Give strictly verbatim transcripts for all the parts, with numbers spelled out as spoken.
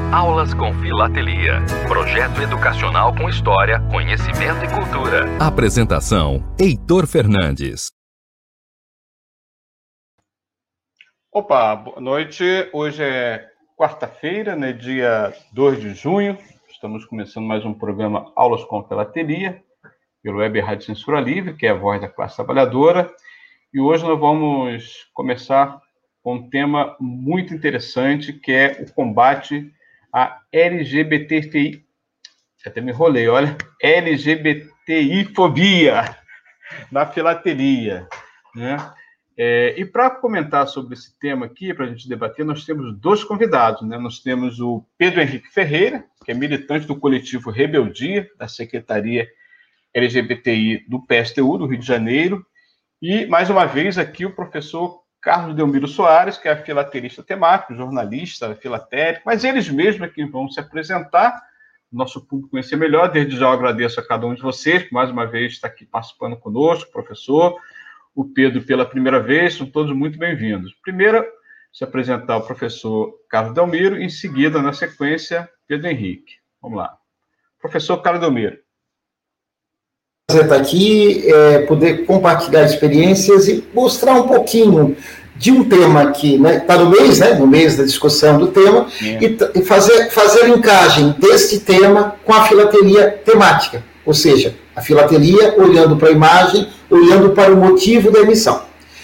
Aulas com Filatelia. Projeto educacional com história, conhecimento e cultura. Apresentação: Heitor Fernandes. Opa, boa noite. Hoje é quarta-feira, né, dia dois de junho. Estamos começando mais um programa Aulas com Filatelia, pelo Web Rádio Censura Livre, que é a voz da classe trabalhadora. E hoje nós vamos começar com um tema muito interessante, que é o combate à L G B T F I. Até me enrolei, olha. L G B T I-fobia na filatelia, né? É, e para comentar sobre esse tema aqui, para a gente debater, nós temos dois convidados, né? Nós temos o Pedro Henrique Ferreira, que é militante do coletivo Rebeldia, da Secretaria L G B T I do P S T U, do Rio de Janeiro, e, mais uma vez, aqui o professor Carlos Delmiro Soares, que é filatelista temático, jornalista, filatélico, mas eles mesmos aqui vão se apresentar, nosso público conhecer melhor. Desde já eu agradeço a cada um de vocês, que mais uma vez está aqui participando conosco, professor, o Pedro pela primeira vez, são todos muito bem-vindos. Primeiro, se apresentar o professor Carlos Delmiro, em seguida, na sequência, Pedro Henrique. Vamos lá. Professor Carlos Delmiro. Estar aqui, é, poder compartilhar experiências e mostrar um pouquinho de um tema que está, né, tá no mês, né, no mês da discussão do tema, é. e, e fazer, fazer a linkagem deste tema com a filatelia temática, ou seja, a filatelia olhando para a imagem, olhando para o motivo da emissão.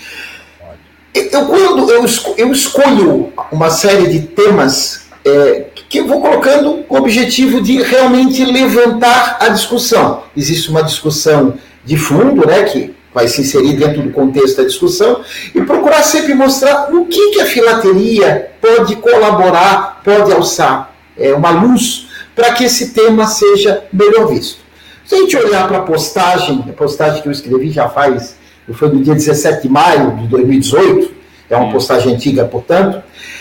Eu, quando eu, eu escolho uma série de temas é, que eu vou colocando com o objetivo de realmente levantar a discussão. Existe uma discussão de fundo, né, que vai se inserir dentro do contexto da discussão, e procurar sempre mostrar no que, que a filatelia pode colaborar, pode alçar é, uma luz para que esse tema seja melhor visto. Se a gente olhar para a postagem, a postagem que eu escrevi já faz, foi no dia dezessete de maio de dois mil e dezoito, é uma postagem antiga, portanto,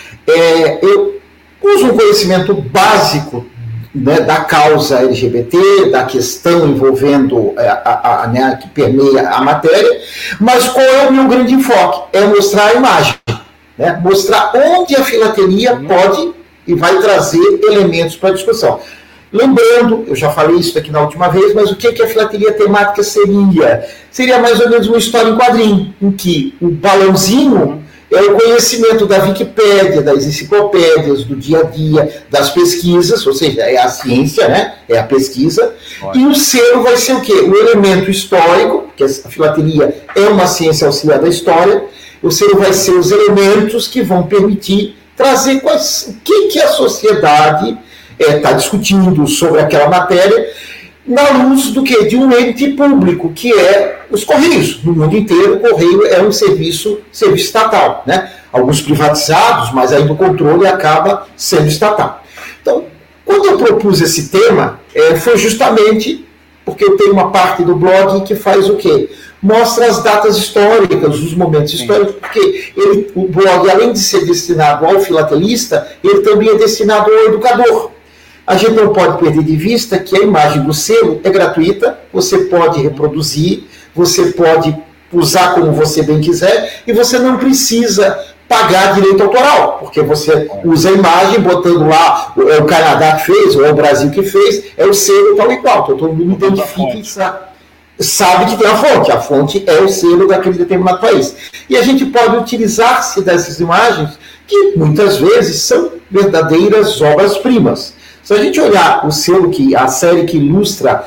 é, eu uso um conhecimento básico, né, da causa L G B T, da questão envolvendo a, a, a, né, que permeia a matéria, mas qual é o meu grande enfoque? É mostrar a imagem, né, mostrar onde a filatelia uhum. pode e vai trazer elementos para a discussão. Lembrando, eu já falei isso aqui na última vez, mas o que, que a filatelia temática seria? Seria mais ou menos uma história em quadrinho, em que o balãozinho é o conhecimento da Wikipédia, das enciclopédias, do dia a dia, das pesquisas, ou seja, é a ciência, né? É a pesquisa. Olha. E o selo vai ser o quê? O elemento histórico, porque a filatelia é uma ciência auxiliar da história, o selo vai ser os elementos que vão permitir trazer quais, o que, que a sociedade está é, discutindo sobre aquela matéria, na luz do que? De um ente público, que é os Correios. No mundo inteiro, o Correio é um serviço, serviço estatal, né? Alguns privatizados, mas ainda o controle acaba sendo estatal. Então, quando eu propus esse tema, é, foi justamente porque eu tenho uma parte do blog que faz o quê? Mostra as datas históricas, os momentos históricos, porque ele, o blog, além de ser destinado ao filatelista, ele também é destinado ao educador. A gente não pode perder de vista que a imagem do selo é gratuita, você pode reproduzir, você pode usar como você bem quiser, e você não precisa pagar direito autoral, porque você usa a imagem, botando lá, é o Canadá que fez, ou é o Brasil que fez, é o selo tal e qual, então todo mundo identifica e sabe, sabe que tem a fonte, a fonte é o selo daquele determinado país. E a gente pode utilizar-se dessas imagens, que muitas vezes são verdadeiras obras-primas. Se a gente olhar o selo, que, a série que ilustra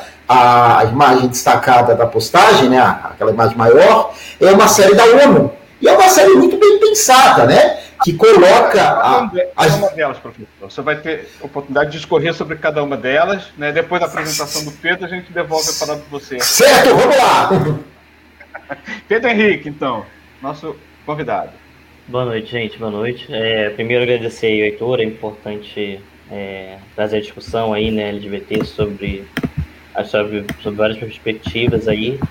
a imagem destacada da postagem, né, aquela imagem maior, é uma série da ONU. E é uma série muito bem pensada, né, que coloca... A, cada uma delas, professor. Você vai ter oportunidade de discorrer sobre cada uma delas, né? Depois da apresentação do Pedro, a gente devolve a palavra para você. Certo, vamos lá! Pedro Henrique, então, nosso convidado. Boa noite, gente, boa noite. É, primeiro agradecer aí, Heitor, é importante... É, trazer a discussão aí, né, L G B T sobre, sobre, sobre várias perspectivas aí.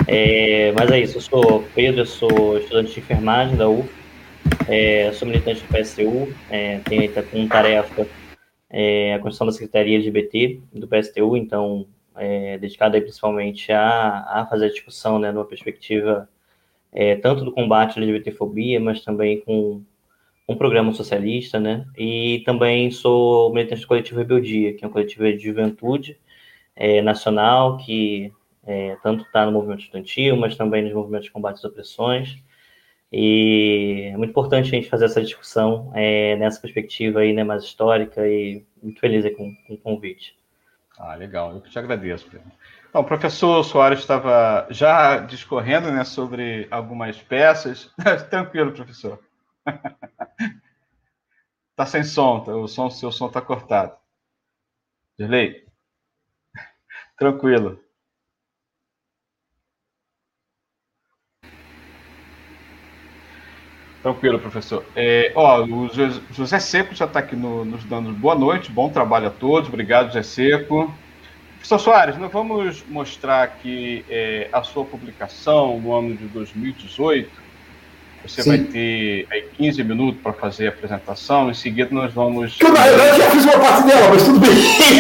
É, mas é isso, eu sou Pedro, eu sou estudante de enfermagem da U F, é, sou militante do P S T U, é, tenho como tarefa é, a construção da Secretaria L G B T do P S T U, então é, dedicada aí principalmente a, a fazer a discussão, né, numa perspectiva é, tanto do combate à L G B T fobia, mas também com um programa socialista, né? E também sou militante do coletivo Rebeldia, que é um coletivo de juventude é, nacional que é, tanto está no movimento estudantil, mas também nos movimentos de combate às opressões. E é muito importante a gente fazer essa discussão é, nessa perspectiva aí, né, mais histórica, e muito feliz aí com, com o convite. Ah, legal. Eu te agradeço, Pedro. Então, o professor Soares estava já discorrendo, né, sobre algumas peças. Tranquilo, professor. Está sem som, tá? O som, seu som está cortado. Dirley? Tranquilo. Tranquilo, professor. É, ó, o José Seco já está aqui no, nos dando boa noite, bom trabalho a todos. Obrigado, José Seco. Professor Soares, nós vamos mostrar aqui é, a sua publicação no ano de dois mil e dezoito. Você Sim. vai ter aí quinze minutos para fazer a apresentação. Em seguida, nós vamos... Eu, na verdade, já fiz uma parte dela, mas tudo bem.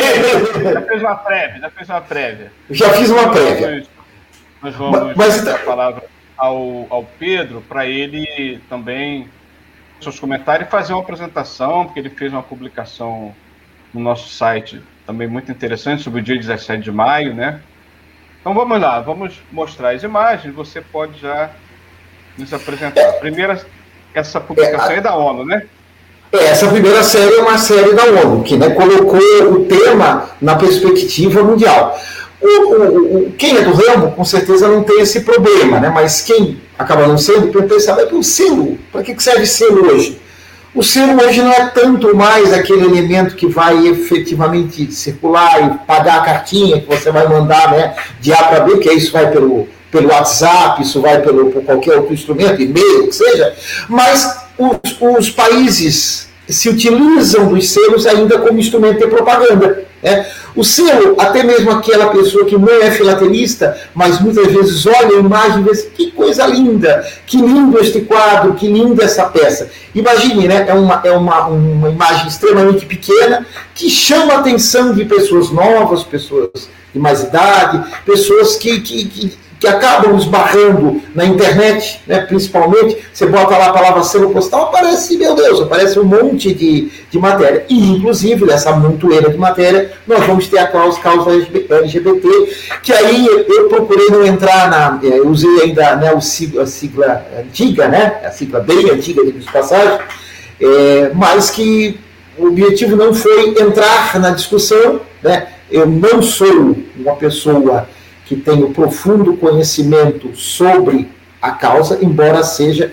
Já fez uma prévia, já fez uma prévia. Já fiz uma prévia. Nós vamos mas, dar a palavra ao, ao Pedro, para ele também, seus comentários, e fazer uma apresentação, porque ele fez uma publicação no nosso site também muito interessante, sobre o dia dezessete de maio, né? Então vamos lá, vamos mostrar as imagens, você pode já nos apresentar. Primeiro, essa publicação é da ONU, né? Essa primeira série é uma série da ONU, que, né, colocou o tema na perspectiva mundial. O, o, o, quem é do ramo, com certeza, não tem esse problema, né? Mas quem acaba não sendo, pensa, mas o selo, para que serve selo hoje? O selo hoje não é tanto mais aquele elemento que vai efetivamente circular e pagar a cartinha que você vai mandar, né, de A para B, que isso vai pelo, pelo WhatsApp, isso vai pelo, por qualquer outro instrumento, e-mail, o que seja, mas os, os países se utilizam dos selos ainda como instrumento de propaganda, né? O selo, até mesmo aquela pessoa que não é filatelista, mas muitas vezes olha a imagem e vê assim, que coisa linda, que lindo este quadro, que linda essa peça. Imagine, né? É, uma, é uma, uma imagem extremamente pequena que chama a atenção de pessoas novas, pessoas de mais idade, pessoas que... que, que que acabam esbarrando na internet, né, principalmente, você bota lá a palavra selo postal, aparece, meu Deus, aparece um monte de, de matéria. E, inclusive, nessa montoeira de matéria, nós vamos ter a causa, causa L G B T, que aí eu procurei não entrar na... Eu usei ainda, né, o sigla, a sigla antiga, né, a sigla bem antiga de passagem, é, mas que o objetivo não foi entrar na discussão, né, eu não sou uma pessoa que tem um profundo conhecimento sobre a causa, embora seja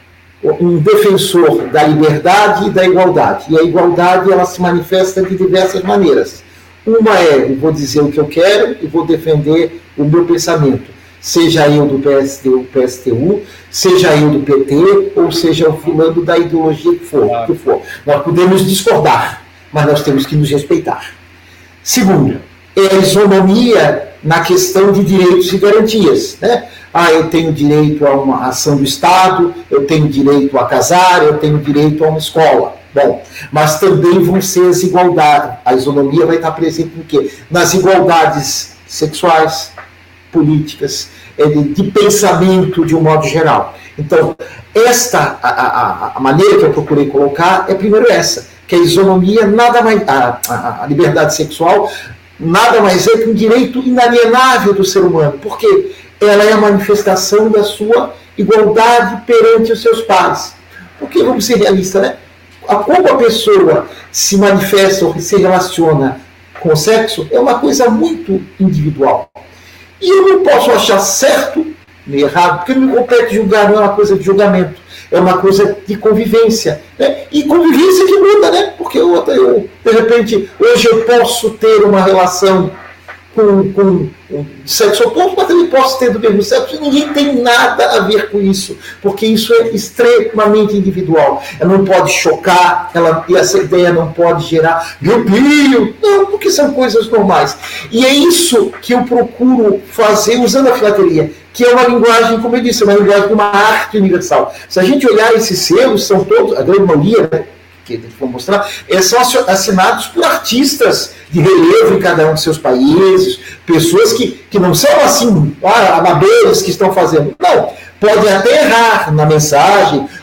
um defensor da liberdade e da igualdade. E a igualdade, ela se manifesta de diversas maneiras. Uma é, eu vou dizer o que eu quero e vou defender o meu pensamento. Seja eu do P S D, P S T U, seja eu do P T, ou seja o fulano da ideologia que for, que for. Nós podemos discordar, mas nós temos que nos respeitar. Segundo, é a isonomia na questão de direitos e garantias, né? Ah, eu tenho direito a uma ação do Estado, eu tenho direito a casar, eu tenho direito a uma escola. Bom, mas também vão ser as igualdades. A isonomia vai estar presente no quê? Nas igualdades sexuais, políticas, de, de pensamento de um modo geral. Então, esta, a, a, a maneira que eu procurei colocar é primeiro essa, que a isonomia, nada mais, a, a, a liberdade sexual, nada mais é que um direito inalienável do ser humano, porque ela é a manifestação da sua igualdade perante os seus pares. Porque, vamos ser realistas, né? Como a pessoa se manifesta ou se relaciona com o sexo é uma coisa muito individual. E eu não posso achar certo nem errado, porque não me compete julgar, não é uma coisa de julgamento, é uma coisa de convivência, né? E convivência que muda, né? Porque eu, eu, de repente, hoje eu posso ter uma relação com, com um sexo oposto, mas também posso ter do mesmo sexo, e ninguém tem nada a ver com isso, porque isso é extremamente individual. Ela não pode chocar, ela, e essa ideia não pode gerar meu Deus, não, porque são coisas normais. E é isso que eu procuro fazer usando a filatelia, que é uma linguagem, como eu disse, é uma linguagem de uma arte universal. Se a gente olhar esses selos, são todos, a grande maioria, né, que vou mostrar, são assinados por artistas de relevo em cada um dos seus países, pessoas que, que não são assim, ah, amadores que estão fazendo. Não, podem até errar na mensagem,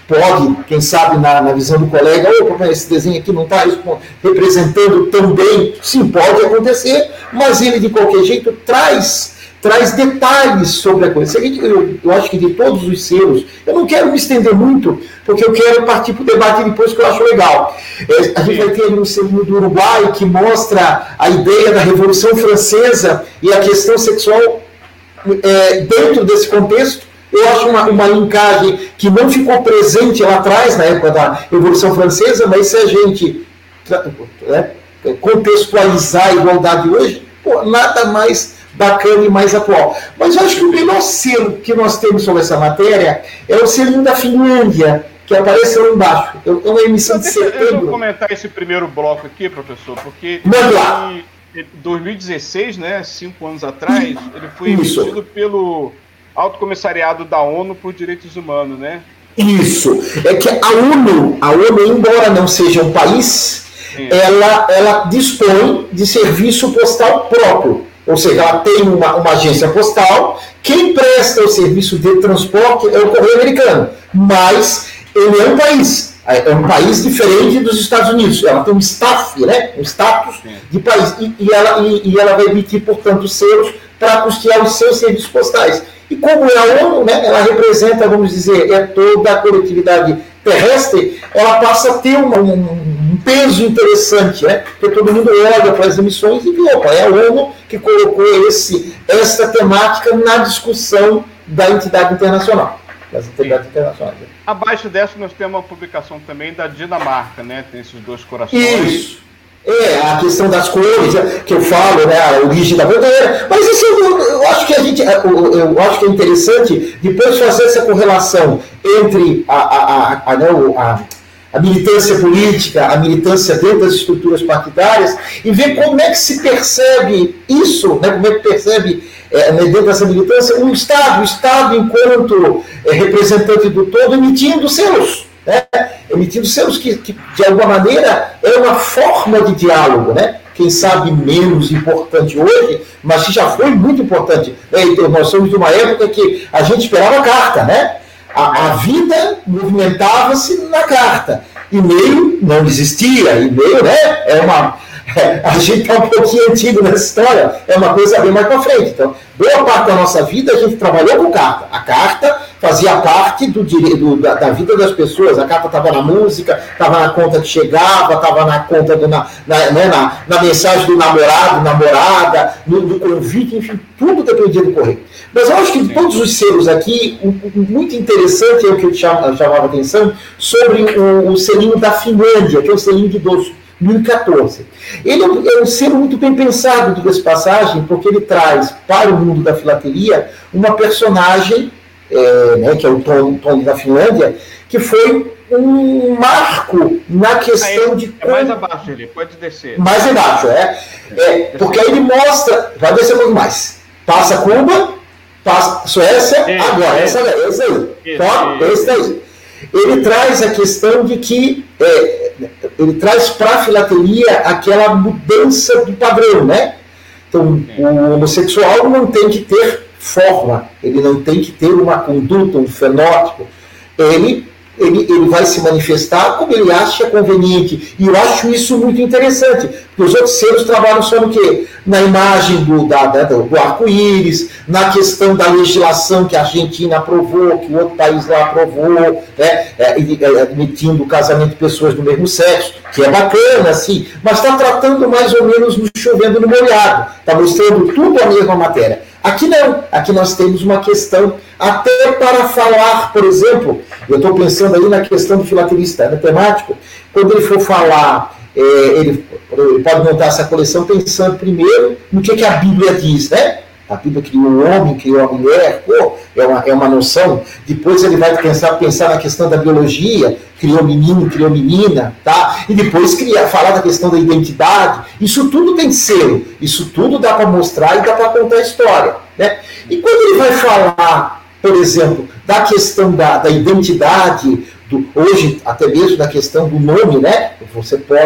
pode, quem sabe, na, na visão do colega, opa, esse desenho aqui não está representando tão bem. Sim, pode acontecer, mas ele, de qualquer jeito, traz, traz detalhes sobre a coisa. Eu, eu acho que de todos os selos, eu não quero me estender muito, porque eu quero partir para o debate depois, que eu acho legal. É, a gente vai ter um selinho do Uruguai que mostra a ideia da Revolução Francesa e a questão sexual é, dentro desse contexto. Eu acho uma, uma linkagem que não ficou presente lá atrás, na época da Revolução Francesa, mas se a gente né, contextualizar a igualdade hoje, pô, nada mais bacana e mais atual. Mas eu acho que o melhor selo que nós temos sobre essa matéria é o selinho da Finlândia, que aparece lá embaixo. É uma emissão de setembro. Deixa eu comentar esse primeiro bloco aqui, professor, porque em dois mil e dezesseis, né, cinco anos atrás, ele foi Isso. emitido pelo Alto Comissariado da ONU por Direitos Humanos, né? Isso. É que a ONU, a ONU, embora não seja um país, ela, ela dispõe de serviço postal próprio. Ou seja, ela tem uma, uma agência postal. Quem presta o serviço de transporte é o Correio Americano. Mas ele é um país. É um país diferente dos Estados Unidos. Ela tem um staff, né? Um status Sim. de país. E, e, ela, e, e ela vai emitir, portanto, selos para custear os seus serviços postais. E como é a ONU, né, ela representa, vamos dizer, é toda a coletividade terrestre, ela passa a ter uma, um, um peso interessante, né? Porque todo mundo olha para as emissões e vê, opa, é a ONU que colocou esse, essa temática na discussão da entidade internacional. Das entidades internacionais. Abaixo dessa nós temos uma publicação também da Dinamarca, né? Tem esses dois corações. Isso. É, a questão das cores, que eu falo, né, a origem da bandeira, mas isso eu, eu acho que a gente, eu, eu acho que é interessante depois fazer essa correlação entre a, a, a, a, não, a, a militância política, a militância dentro das estruturas partidárias, e ver como é que se percebe isso, né, como é que percebe é, dentro dessa militância o Estado, o Estado enquanto é, representante do todo, emitindo selos. Né, emitindo selos que, que, de alguma maneira, é uma forma de diálogo, né? Quem sabe menos importante hoje, mas que já foi muito importante. Então, nós somos de uma época que a gente esperava carta, né? A, a vida movimentava-se na carta. E-mail não existia, e-mail, né? É uma... É, a gente está um pouquinho antigo nessa história, é uma coisa bem mais para frente. Então, boa parte da nossa vida a gente trabalhou com carta. A carta fazia parte do, do, da, da vida das pessoas. A carta estava na música, estava na conta que chegava, estava na conta do, na, na, né, na, na mensagem do namorado, namorada, no, do convite, enfim, tudo dependia do correio. Mas eu acho que de todos os selos aqui, o, o muito interessante é o que eu cham, chamava a atenção sobre o, o selinho da Finlândia, que é o selinho de dois mil e quatorze. Ele é um, é um selo muito bem pensado, diga-se passagem, porque ele traz para o mundo da filatelia uma personagem, é, né, que é o Tony, Tony da Finlândia, que foi um marco na questão é, de... É mais abaixo, ele pode descer. Mais embaixo, é. é porque aí ele mostra... Vai descer um pouco mais. Passa Cuba, passa Suécia, é, agora, é, essa, essa aí. É, tá? é, Esse daí. Ele traz a questão de que é, ele traz para a filatelia aquela mudança do padrão, né? Então, o homossexual não tem que ter forma, ele não tem que ter uma conduta, um fenótipo. Ele, ele, ele vai se manifestar como ele acha conveniente. E eu acho isso muito interessante, porque os outros selos trabalham só no quê? Na imagem do, da, da, do arco-íris, na questão da legislação que a Argentina aprovou, que o outro país lá aprovou, né, é, é, admitindo o casamento de pessoas do mesmo sexo, que é bacana, assim, mas está tratando mais ou menos no chovendo no molhado, está mostrando tudo a mesma matéria. Aqui não, aqui nós temos uma questão, até para falar, por exemplo, eu estou pensando aí na questão do filatelista, né, temático, quando ele for falar... É, ele, ele pode montar essa coleção pensando primeiro no que, que a Bíblia diz, né? A Bíblia criou o homem, criou a mulher, pô, é uma, é uma noção. Depois ele vai pensar, pensar na questão da biologia, criou menino, criou menina, tá? E depois criar, falar da questão da identidade. Isso tudo tem selo, isso tudo dá para mostrar e dá para contar a história, né? E quando ele vai falar, por exemplo, da questão da, da identidade, do, hoje até mesmo da questão do nome, né? Você pode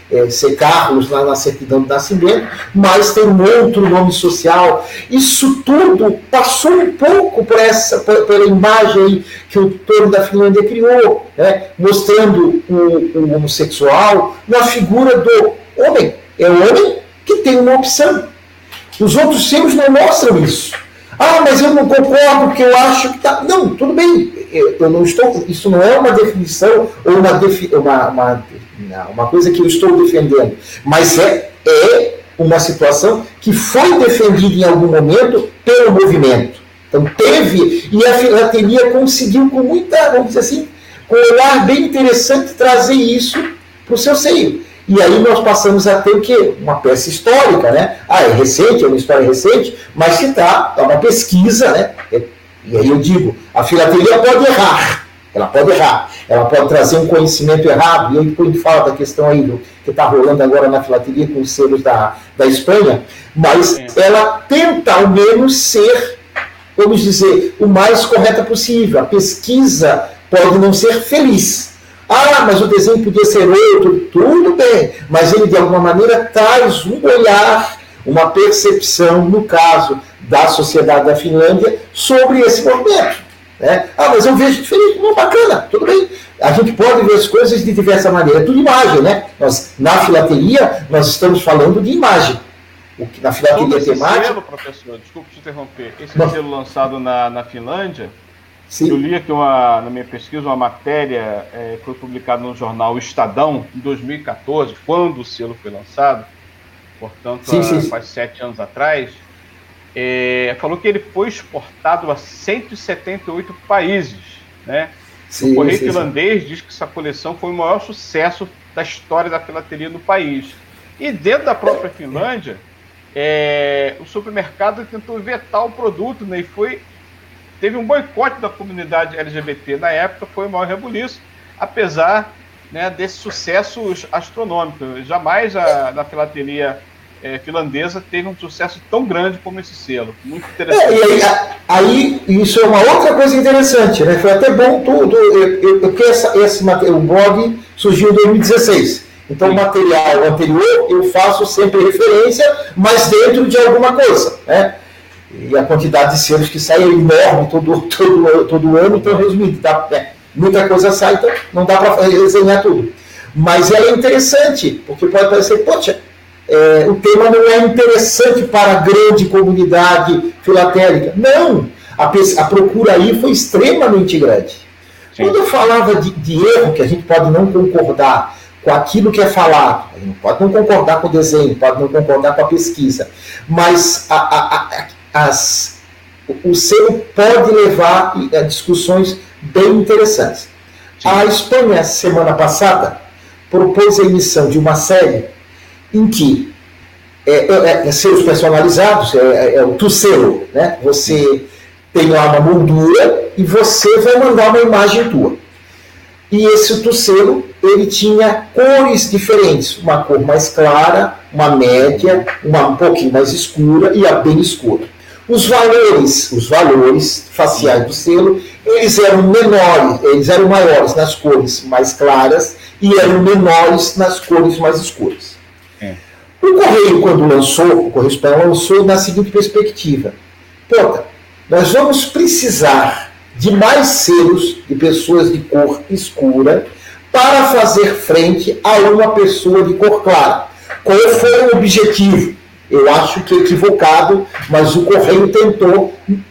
é, ser Carlos lá na certidão de nascimento, mas tem um outro nome social. Isso tudo passou um pouco por essa, pela imagem aí que o Touro da Finlândia criou, né? Mostrando o, o homossexual na figura do homem. É o homem que tem uma opção. Os outros selos não mostram isso. Ah, mas eu não concordo porque eu acho que tá. Não, tudo bem. Eu não estou. Isso não é uma definição ou uma, defi... uma, uma, uma coisa que eu estou defendendo. Mas é, é uma situação que foi defendida em algum momento pelo movimento. Então teve, e a filatelia conseguiu com muita, vamos dizer assim, com um olhar bem interessante trazer isso para o seu seio. E aí nós passamos a ter o quê? Uma peça histórica, né? Ah, é recente, é uma história recente, mas se trata, é uma pesquisa, né? E aí eu digo, a filatelia pode errar, ela pode errar, ela pode trazer um conhecimento errado, e aí depois a gente fala da questão aí do, que está rolando agora na filatelia com os selos da, da Espanha, mas ela tenta ao menos ser, vamos dizer, o mais correta possível. A pesquisa pode não ser feliz. Ah, mas o desenho podia ser outro, tudo bem, mas ele de alguma maneira traz um olhar, uma percepção, no caso da sociedade da Finlândia, sobre esse movimento. Né? Ah, mas eu vejo diferente, não, bacana, tudo bem. A gente pode ver as coisas de diversa maneira, é tudo imagem, né? Nós, na filatelia, nós estamos falando de imagem. O que na filatelia temática... Esse selo, professor, desculpe te interromper, esse não. selo lançado na, na Finlândia... Sim. Eu li aqui uma, na minha pesquisa uma matéria é, que foi publicada no jornal Estadão em dois mil e quatorze, quando o selo foi lançado, portanto, sim, há sim. quase sete anos atrás, é, falou que ele foi exportado a cento e setenta e oito países. Né? Sim, o Correio sim, Finlandês sim. diz que essa coleção foi o maior sucesso da história da filatelia no país. E dentro da própria Finlândia, é, o supermercado tentou vetar o produto, né, e foi... Teve um boicote da comunidade L G B T na época, foi o maior rebuliço, apesar, né, desse sucesso astronômico. Jamais a, a filatelia é, finlandesa teve um sucesso tão grande como esse selo. Muito interessante. É, e aí, aí, isso é uma outra coisa interessante, né? Foi até bom tudo, porque essa, esse o blog surgiu em dois mil e dezesseis. Então, sim, o material anterior eu faço sempre referência, mas dentro de alguma coisa, né? E a quantidade de selos que sai é enorme todo, todo, todo ano, então, resumindo, dá, é, muita coisa sai, então não dá para resenhar tudo. Mas ela é interessante, porque pode parecer, poxa, é, o tema não é interessante para a grande comunidade filatélica. Não, a, a procura aí foi extremamente grande. Sim. Quando eu falava de, de erro, que a gente pode não concordar com aquilo que é falado, a gente pode não concordar com o desenho, pode não concordar com a pesquisa, mas a, a, a As, o selo pode levar a discussões bem interessantes. Sim. A Espanha, semana passada, propôs a emissão de uma série em que é, é, é selos personalizados, é, é o tu selo, né? Você tem lá uma moldura e você vai mandar uma imagem tua. E esse tu selo, ele tinha cores diferentes, uma cor mais clara, uma média, uma um pouquinho mais escura e a bem escura. Os valores, os valores faciais do selo, eles eram menores, eles eram maiores nas cores mais claras e eram menores nas cores mais escuras. É. O Correio, quando lançou, o Correio Espanhol lançou na seguinte perspectiva: Pô, nós vamos precisar de mais selos de pessoas de cor escura para fazer frente a uma pessoa de cor clara. Qual foi o objetivo? Eu acho que é equivocado, mas o Correio tentou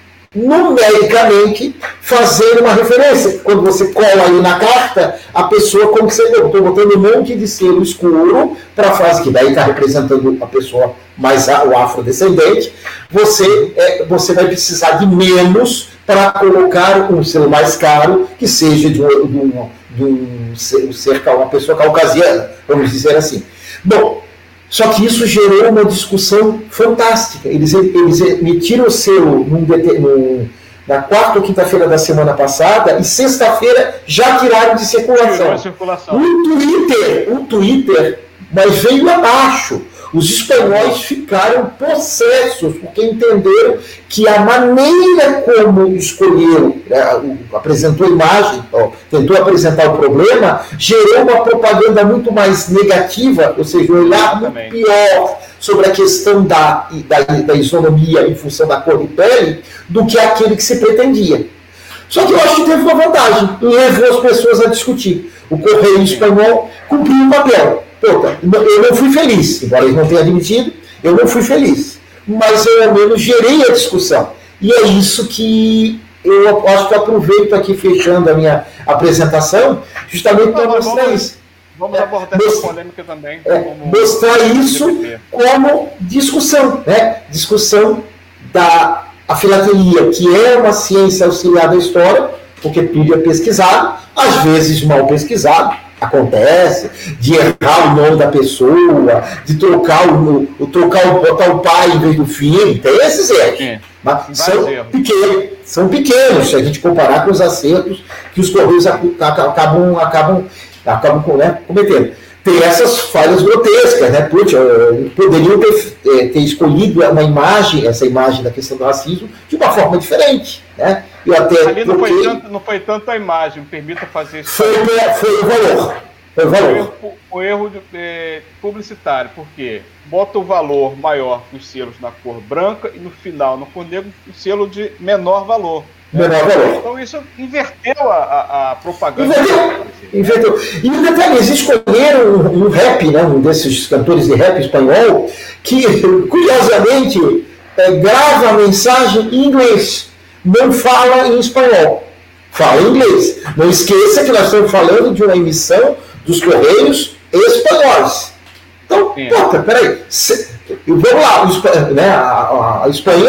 numericamente fazer uma referência. Quando você cola aí na carta, a pessoa, como que você estou botando um monte de selo escuro para fazer, que daí está representando a pessoa mais o afrodescendente, você, é, você vai precisar de menos para colocar um selo mais caro, que seja de, um, de, um, de um ser, uma pessoa caucasiana, vamos dizer assim. Bom, só que isso gerou uma discussão fantástica. Eles, eles emitiram o selo num, num, na quarta ou quinta-feira da semana passada e sexta-feira já tiraram de circulação. circulação. Um Twitter, um Twitter, mas veio abaixo. Os espanhóis ficaram possessos, porque entenderam que a maneira como escolheram, né, apresentou a imagem, ó, tentou apresentar o problema, gerou uma propaganda muito mais negativa, ou seja, um olhar muito pior sobre a questão da, da, da isonomia em função da cor de pele, do que aquele que se pretendia. Só que eu acho que teve uma vantagem, levou as pessoas a discutir. O Correio Espanhol cumpriu o papel. Puta, eu não fui feliz, embora eles não tenham admitido, eu não fui feliz. Mas eu, ao menos, gerei a discussão. E é isso que eu acho que eu aproveito aqui, fechando a minha apresentação, justamente para mostrar vamos, isso. Vamos abordar é, essa polêmica também. É, como mostrar isso como discussão, né? Discussão da a filatelia, que é uma ciência auxiliar da história, porque tudo é pesquisado, às vezes mal pesquisado, acontece, de errar o nome da pessoa, de trocar o, o, trocar o botar o pai em vez do filho, tem esses erros. É, mas são erros. pequenos, são pequenos, se a gente comparar com os acertos que os Correios acabam, acabam, acabam né, cometendo. Tem essas falhas grotescas, né? Putz, poderiam ter, ter escolhido uma imagem, essa imagem da questão do racismo, de uma forma diferente, né? Eu até Ali não, foi tanto, não foi tanto a imagem, me permita fazer isso. Foi, foi o valor. Foi o valor. O erro, o erro de, é, publicitário, porque bota o valor maior nos selos na cor branca e no final, no cor negro, o selo de menor valor. Menor valor. Então isso inverteu a, a, a propaganda. Inverteu. Inverteu. E um detalhe, eles escolheram um, um rap, né, um desses cantores de rap espanhol, que, curiosamente, é, grava a mensagem em inglês. Não fala em espanhol. Fala em inglês. Não esqueça que nós estamos falando de uma emissão dos Correios espanhóis. Então, é. Puta, peraí. Se, vamos lá, né, a, a Espanha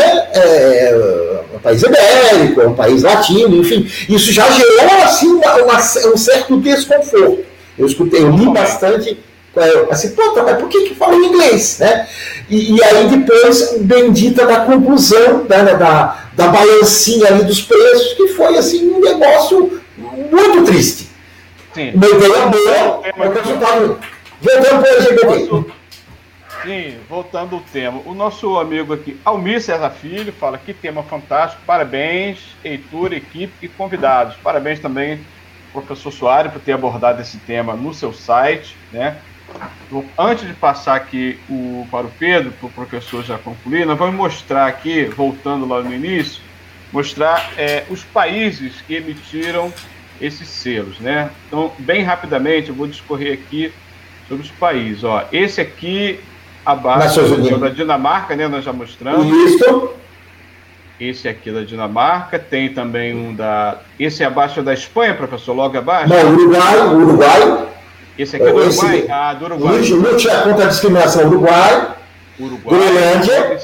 é um país ibérico, é um país latino, enfim. Isso já gerou assim, uma, uma, um certo desconforto. Eu escutei, eu li bastante, assim, puta, mas por que que fala em inglês? Né? E, e aí depois, bendita da conclusão, né, da, da balancinha ali dos preços, que foi assim, um negócio muito triste. Sim. Uma ideia boa, mas o resultado... Voltando para o L G B T. Sim, voltando ao tema. O nosso amigo aqui, Almir César Filho, fala que tema fantástico. Parabéns, Heitor, equipe e convidados. Parabéns também, professor Soares, por ter abordado esse tema no seu site, né? Antes de passar aqui o, para o Pedro, para o professor já concluir, nós vamos mostrar aqui, voltando lá no início, mostrar é, os países que emitiram esses selos, né? Então, bem rapidamente, eu vou discorrer aqui sobre os países. Ó, esse aqui, abaixo, é da Dinamarca, né? Nós já mostramos. Isso. Esse aqui é da Dinamarca. Tem também um da... Esse é abaixo da Espanha, professor? Logo abaixo? Não, Uruguai, Uruguai. Esse aqui é do Uruguai? Esse... Ah, do Uruguai. Lute contra a discriminação, Uruguai. Uruguai. Groenlândia.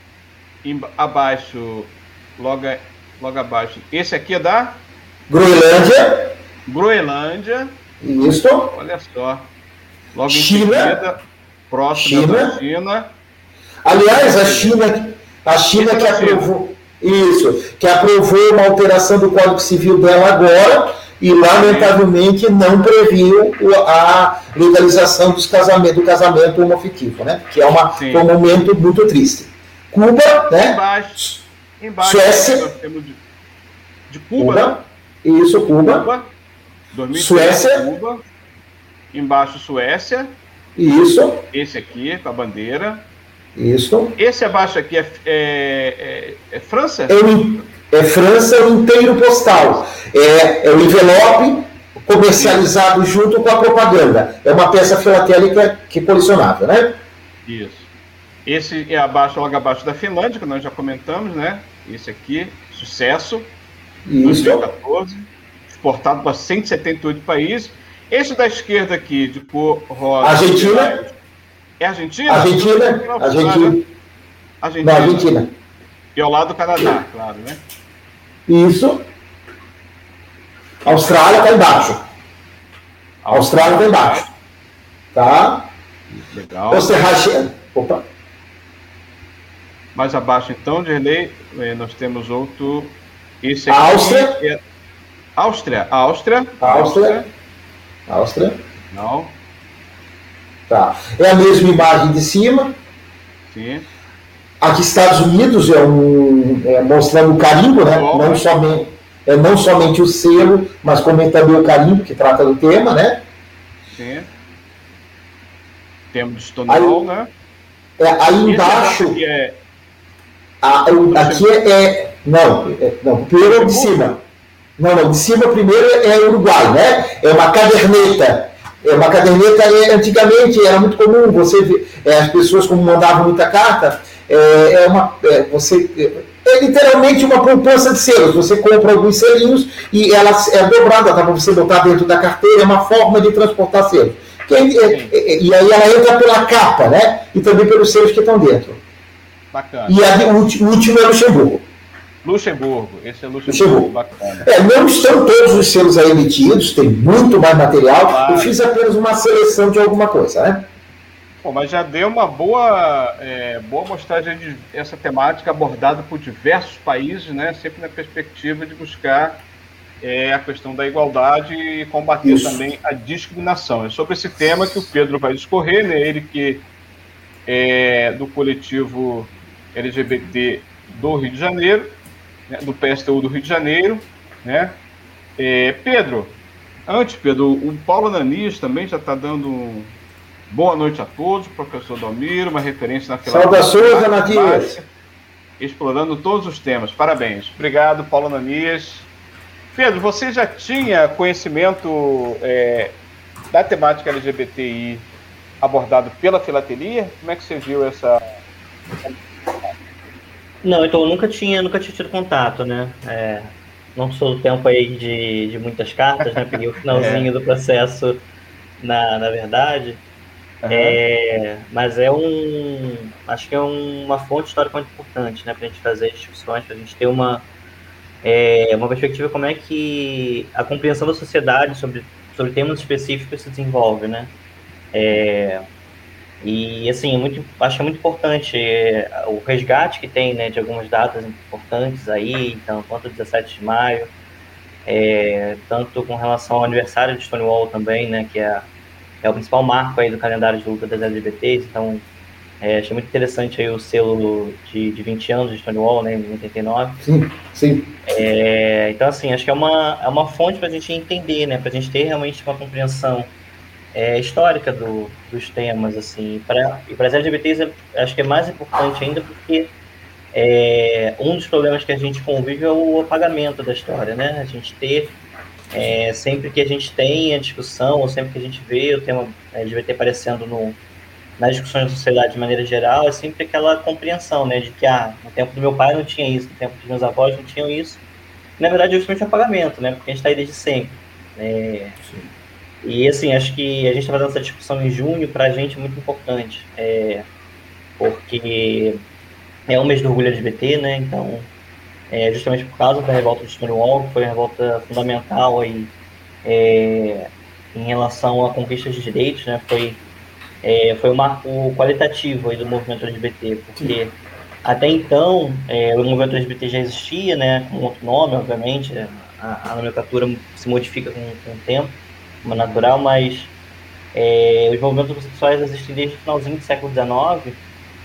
Abaixo, logo, logo abaixo. Esse aqui é da... Groenlândia. Groenlândia. Isso. Olha só. Logo China. Em seguida, próximo China. da China. Aliás, a China, a China que aprovou, isso, que aprovou uma alteração do Código Civil dela agora e, lamentavelmente, não previu a legalização dos casamentos, do casamento homoafetivo, né? Que é uma, um momento muito triste. Cuba, né? Embaixo, embaixo Suécia. Nós temos de, de Cuba, Cuba. Né? Isso, Cuba. Cuba. dois mil e três, Suécia. Cuba. Embaixo, Suécia. Isso. Esse aqui, com a bandeira. Isso. Esse abaixo aqui é, é, é, é França? É, é França, o inteiro postal. É, é o envelope comercializado Isso. junto com a propaganda. É uma peça filatélica que é colecionável, né? Isso. Esse é abaixo, logo abaixo da Finlândia, que nós já comentamos, né? Esse aqui, sucesso. Isso. dois mil e quatorze. Exportado para cento e setenta e oito países. Esse da esquerda aqui, de cor rosa. Argentina. É Argentina? Argentina. Argentina. Argentina. Não, Argentina. E ao lado do Canadá, claro, né? Isso. Austrália está embaixo. A Austrália está embaixo. Tá? Legal. Osterrache... Opa. Mais abaixo, então, Dirley, nós temos outro. Esse aqui. Áustria. É... Áustria. Áustria. Áustria. Áustria. Não. Tá. É a mesma imagem de cima. Sim. Aqui, Estados Unidos, é um, é, mostrando o carimbo, né? Bom, não, né? somente, é, não somente o selo, mas como também o carimbo, que trata do tema, né? Sim. Tema de Stonewall, aí, né? É, aí embaixo... Aqui é... A, o, aqui é, é... Não, é, não, primeiro é de cima. Não, não, de cima primeiro é Uruguai, né? É uma caderneta. É uma caderneta, é, antigamente era muito comum, você ver, é, as pessoas como mandavam muita carta, é, é uma, é, você, é, é literalmente uma poupança de selos, você compra alguns selinhos e ela é dobrada, dá para você botar dentro da carteira, é uma forma de transportar selos. Que, é, é, e aí ela entra pela capa, né? E também pelos selos que estão dentro. Bacana. E a, o, o último é Luxemburgo. Luxemburgo, esse é Luxemburgo, Luxemburgo. Bacana. É, não estão todos os selos aí emitidos, tem muito mais material. Claro. Eu fiz apenas uma seleção de alguma coisa, né? Bom, mas já deu uma boa, é, boa mostragem de essa temática abordada por diversos países, né? Sempre na perspectiva de buscar é, a questão da igualdade e combater Isso. também a discriminação. É sobre esse tema que o Pedro vai discorrer, né? Ele que é do coletivo L G B T do Rio de Janeiro, né? do P S T U do Rio de Janeiro, né? É, Pedro, antes, Pedro, o Paulo Ananias também já está dando um boa noite a todos, professor Dalmiro, uma referência na filosofia. Saudações, Ananias. Explorando todos os temas. Parabéns. Obrigado, Paulo Ananias. Pedro, você já tinha conhecimento é, da temática L G B T I abordado pela filatelia? Como é que você viu essa... Não, então eu nunca tinha, nunca tinha tido contato, né? É, não sou do tempo aí de, de muitas cartas, né? Peguei o finalzinho é. do processo, na, na verdade. Uhum. É, mas é um... Acho que é um, uma fonte histórica muito importante, né? Para a gente fazer discussões, para a gente ter uma, é, uma perspectiva como é que a compreensão da sociedade sobre, sobre temas específicos se desenvolve, né? É, e, assim, muito, acho que é muito importante é, o resgate que tem, né, de algumas datas importantes aí, então, quanto dezessete de maio, é, tanto com relação ao aniversário de Stonewall também, né, que é, é o principal marco aí do calendário de luta das L G B Ts, então, é, achei muito interessante aí o selo de, de vinte anos de Stonewall, né, em oitenta e nove. Sim, sim. É, então, assim, acho que é uma, é uma fonte para a gente entender, né, para a gente ter realmente uma compreensão É, histórica do, dos temas, assim, pra, e para as L G B Ts acho que é mais importante ainda porque é, um dos problemas que a gente convive é o apagamento da história, né? A gente ter, é, sempre que a gente tem a discussão, ou sempre que a gente vê o tema L G B T aparecendo no, nas discussões da sociedade de maneira geral, é sempre aquela compreensão, né, de que ah, no tempo do meu pai não tinha isso, no tempo dos meus avós não tinham isso. Na verdade, é justamente o apagamento, né? Porque a gente está aí desde sempre. É, E, assim, acho que a gente está fazendo essa discussão em junho, para a gente é muito importante, é, porque é o mês do orgulho L G B T, né, então, é, justamente por causa da revolta de Stonewall, que foi uma revolta fundamental aí, é, em relação à conquista de direitos, né, foi, é, foi um marco qualitativo aí do movimento L G B T, porque até então, é, o movimento L G B T já existia, né, com outro nome, obviamente, a, a nomenclatura se modifica com, com o tempo, uma natural, mas é, os movimentos homossexuais existem desde o finalzinho do século dezenove,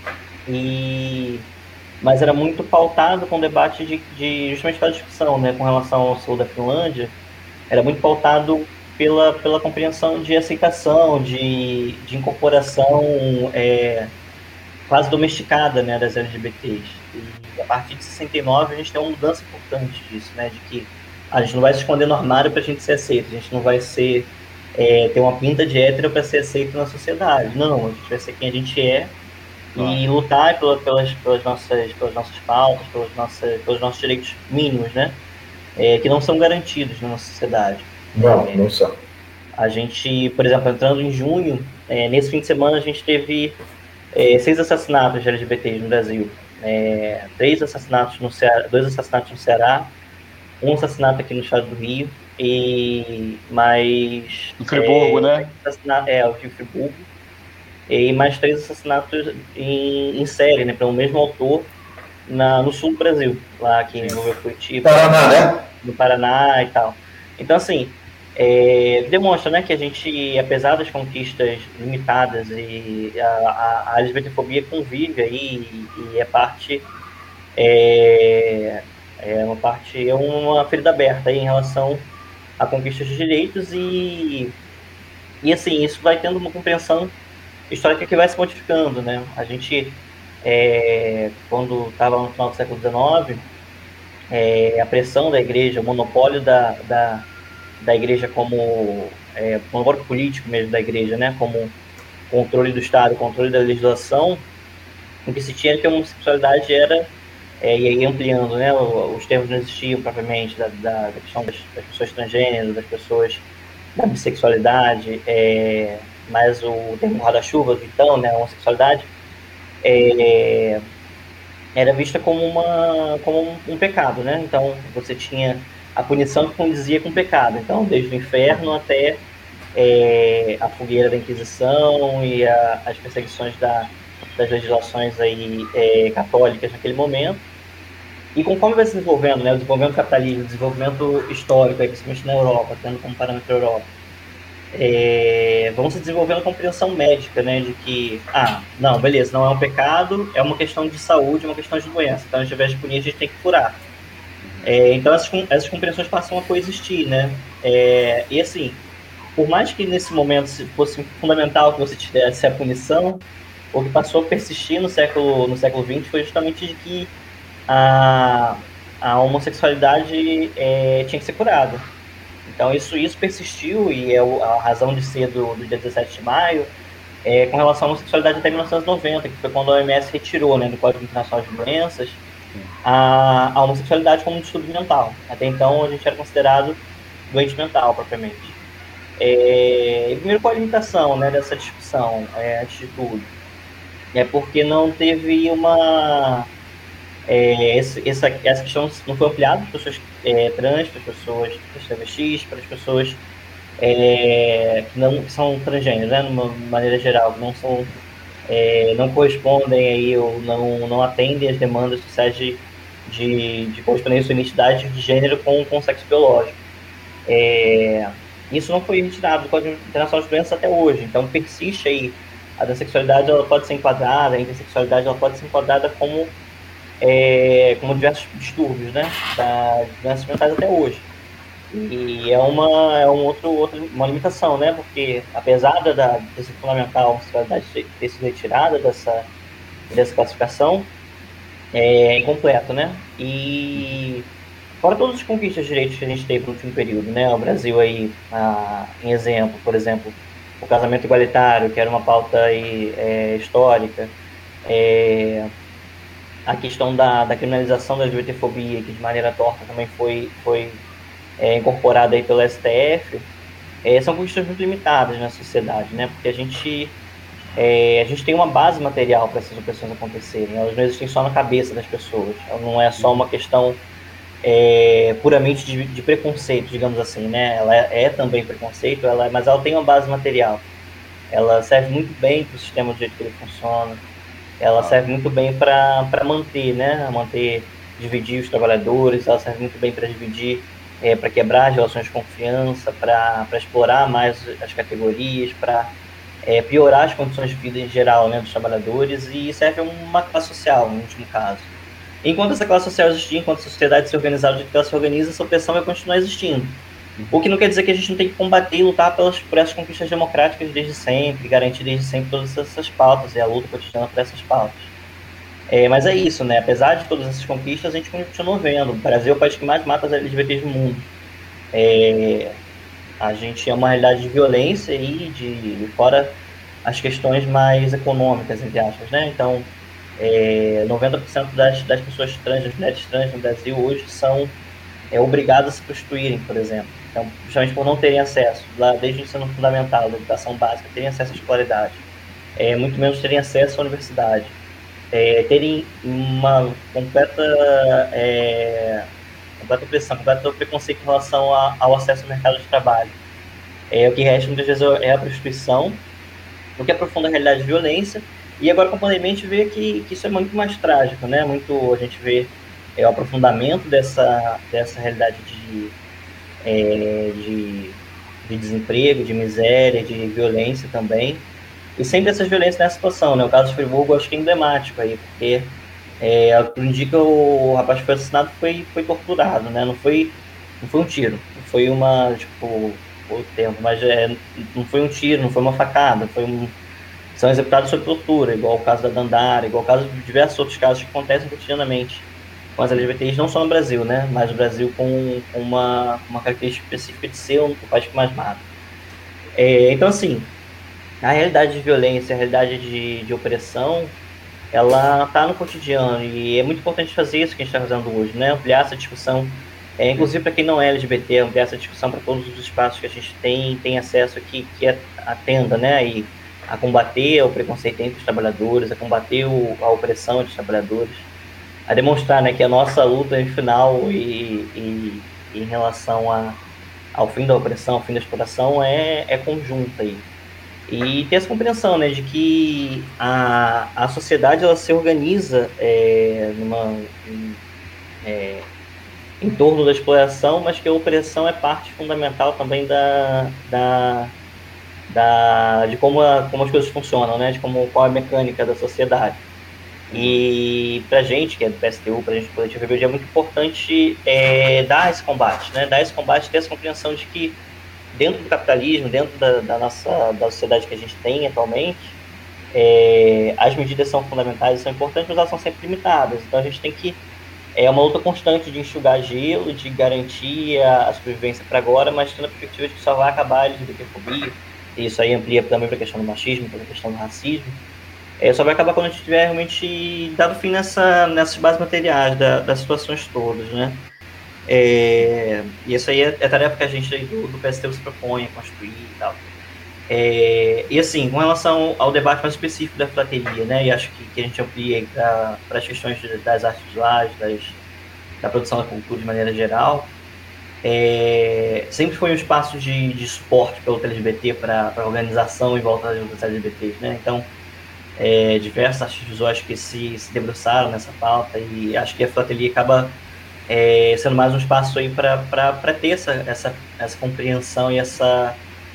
e, mas era muito pautado com debate de, de justamente pela discussão, né, com relação ao sul da Finlândia, era muito pautado pela, pela compreensão de aceitação, de, de incorporação é, quase domesticada, né, das L G B Ts. E a partir de sessenta e nove a gente tem uma mudança importante disso, né, de que a gente não vai se esconder no armário para a gente ser aceito, a gente não vai ser, é, ter uma pinta de hétero para ser aceito na sociedade. Não, a gente vai ser quem a gente é e ah. lutar pela, pelas, pelas, nossas, pelas nossas pautas, pelas nossas, pelos nossos direitos mínimos, né? É, que não são garantidos na nossa sociedade. Não, é, não são. A gente, por exemplo, entrando em junho, é, nesse fim de semana a gente teve é, seis assassinatos de L G B Ts no Brasil. É, três assassinatos no Ceará, dois assassinatos no Ceará, um assassinato aqui no estado do Rio, e mais... No Friburgo, é, né? É, o Rio Friburgo. E mais três assassinatos em, em série, né, pelo mesmo autor, na, no sul do Brasil, lá que envolveu Curitiba. Paraná, né? No Paraná e tal. Então, assim, é, demonstra, né, que a gente, apesar das conquistas limitadas, e a, a, a LGBTfobia convive aí e, e é parte, é, é uma parte, é uma ferida aberta aí em relação a conquistas de direitos e, e assim, isso vai tendo uma compreensão histórica que vai se modificando, né? A gente, é, quando estava no final do século dezenove, é, a pressão da igreja, o monopólio da, da, da igreja como, é, monopólio político mesmo da igreja, né? Como controle do Estado, controle da legislação, o que se tinha que a homossexualidade era, é, e aí ampliando, né? Os termos não existiam propriamente, da, da, da questão das, das pessoas transgêneras, das pessoas da bissexualidade, é, mas o termo guarda-chuva, então, né, a homossexualidade, é, era vista como, uma, como um, um pecado, né? Então, você tinha a punição que condizia com o pecado. Então, desde o inferno até é, a fogueira da Inquisição e a, as perseguições da, das legislações aí, é, católicas naquele momento. E conforme vai se desenvolvendo, né, o desenvolvimento do capitalismo, o desenvolvimento histórico, aí, principalmente na Europa, tendo como parâmetro a Europa, é, vão se desenvolvendo a compreensão médica, né, de que, ah, não, beleza, não é um pecado, é uma questão de saúde, é uma questão de doença, então, ao invés de punir, a gente tem que curar. É, então, essas, essas compreensões passam a coexistir, né, é, e assim, por mais que nesse momento fosse fundamental que você tivesse a punição, o que passou a persistir no século, no século vinte foi justamente de que a, a homossexualidade é, tinha que ser curada. Então, isso, isso persistiu e é a razão de ser do, do dia dezessete de maio é, com relação à homossexualidade até mil novecentos e noventa, que foi quando a O M S retirou, né, do Código Internacional de Doenças a, a homossexualidade como um distúrbio mental. Até então, a gente era considerado doente mental, propriamente. É, primeiro, qual a limitação, né, dessa discussão, é, antes de tudo? É porque não teve uma... É, esse, essa, essa questão não foi ampliada para as pessoas é, trans, para as pessoas travestis, para as pessoas é, que não que são transgêneros, né, de uma maneira geral, que não são, é, não correspondem aí ou não, não atendem às demandas sociais de, de, de correspondência ou identidade de gênero com, com o sexo biológico. É, isso não foi retirado do Código Internacional de Doenças até hoje, então persiste aí. A transexualidade ela pode ser enquadrada, a intersexualidade ela pode ser enquadrada como É, como diversos distúrbios, né, da doenças mentais até hoje. E é uma, é um outro, outro, uma limitação, né, porque apesar da, de ser fundamental a homossexualidade ter sido retirada dessa, dessa classificação, é incompleto, né, e fora todas as conquistas de direitos que a gente teve no último período, né, o Brasil aí, ah, em exemplo, por exemplo, o casamento igualitário, que era uma pauta aí, é, histórica, é, a questão da, da criminalização da LGBTfobia, que de maneira torta também foi, foi é, incorporada aí pelo S T F, é, são conquistas muito limitadas na sociedade, né? Porque a gente, é, a gente tem uma base material para essas opressões acontecerem, elas não existem só na cabeça das pessoas, não é só uma questão é, puramente de, de preconceito, digamos assim, né? Ela é, é também preconceito, ela, mas ela tem uma base material, ela serve muito bem para o sistema do jeito que ele funciona, ela serve muito bem para manter, né, manter, dividir os trabalhadores, ela serve muito bem para dividir, é, para quebrar as relações de confiança, para explorar mais as categorias, para é, piorar as condições de vida em geral, né, dos trabalhadores, e serve uma classe social, no último caso. Enquanto essa classe social existir, enquanto a sociedade se organizar do jeito que ela se organiza, essa opressão vai continuar existindo. O que não quer dizer que a gente não tem que combater e lutar pelas, por essas conquistas democráticas desde sempre, garantir desde sempre todas essas pautas e a luta cotidiana por essas pautas. É, mas é isso, né? Apesar de todas essas conquistas, a gente continua vendo. O Brasil é o país que mais mata as L G B Ts do mundo. É, a gente é uma realidade de violência e de, fora as questões mais econômicas, entre aspas, né? Então, é, noventa por cento das, das pessoas trans, das mulheres trans no Brasil hoje são é, obrigadas a se prostituírem, por exemplo. Então, justamente por não terem acesso, lá desde o ensino fundamental, da educação básica, terem acesso à escolaridade, é, muito menos terem acesso à universidade, é, terem uma completa, é, completa opressão, completo preconceito em relação a, ao acesso ao mercado de trabalho. É, o que resta muitas vezes é a prostituição, o que aprofunda a realidade de violência, e agora com a pandemia a gente vê que, que isso é muito mais trágico, né? Muito, a gente vê é, o aprofundamento dessa, dessa realidade de É, de de desemprego, de miséria, de violência também. E sempre essas violências nessa situação, né? O caso de Friburgo eu acho que é emblemático aí, porque é, o que indica o rapaz que foi assassinado foi, foi torturado, né? Não foi, não foi um tiro, não foi uma, tipo, o tempo, mas é, não foi um tiro, não foi uma facada, foi um, são executados sob tortura, igual o caso da Dandara, igual o caso de diversos outros casos que acontecem cotidianamente com as L G B T s, não só no Brasil, né? Mas o Brasil com uma, uma característica específica de ser um país que mais mata. É, então, assim, a realidade de violência, a realidade de, de opressão, ela está no cotidiano, e é muito importante fazer isso que a gente está fazendo hoje, né? Ampliar essa discussão, é, inclusive para quem não é L G B T, ampliar essa discussão para todos os espaços que a gente tem, tem acesso aqui, que atenda, né? E a combater o preconceito entre os trabalhadores, a combater o, a opressão dos trabalhadores, a demonstrar, né, que a nossa luta final e, e, e em relação a, ao fim da opressão, ao fim da exploração, é, é conjunta aí. E ter essa compreensão, né, de que a, a sociedade ela se organiza é, numa, em, é, em torno da exploração, mas que a opressão é parte fundamental também da, da, da, de como, a, como as coisas funcionam, né, de como, qual é a mecânica da sociedade. E para a gente, que é do P S T U, para a gente do Coletivo Rebelde, é muito importante é, dar esse combate, né, dar esse combate, ter essa compreensão de que dentro do capitalismo, dentro da, da nossa da sociedade que a gente tem atualmente, é, as medidas são fundamentais, são importantes, mas elas são sempre limitadas. Então a gente tem que, é uma luta constante de enxugar gelo, de garantir a, a sobrevivência para agora, mas tendo a perspectiva de que só vai acabar a LGBTfobia, e isso aí amplia também para a questão do machismo, para a questão do racismo, é, só vai acabar quando a gente tiver realmente dado fim nessa, nessas bases materiais da, das situações todas, né? É, e isso aí é, é a tarefa que a gente do, do P S T U se propõe a construir e tal. É, e assim, com relação ao debate mais específico da filatelia, né, e acho que, que a gente amplia para as questões de, das artes visuais, das, da produção da cultura de maneira geral, é, sempre foi um espaço de, de suporte pelo L G B T para a organização em volta das lutas L G B T, né, então é, diversas artes visuais que se, se debruçaram nessa pauta, e acho que a filatelia acaba É, sendo mais um espaço aí para ter essa, essa, essa compreensão e essa,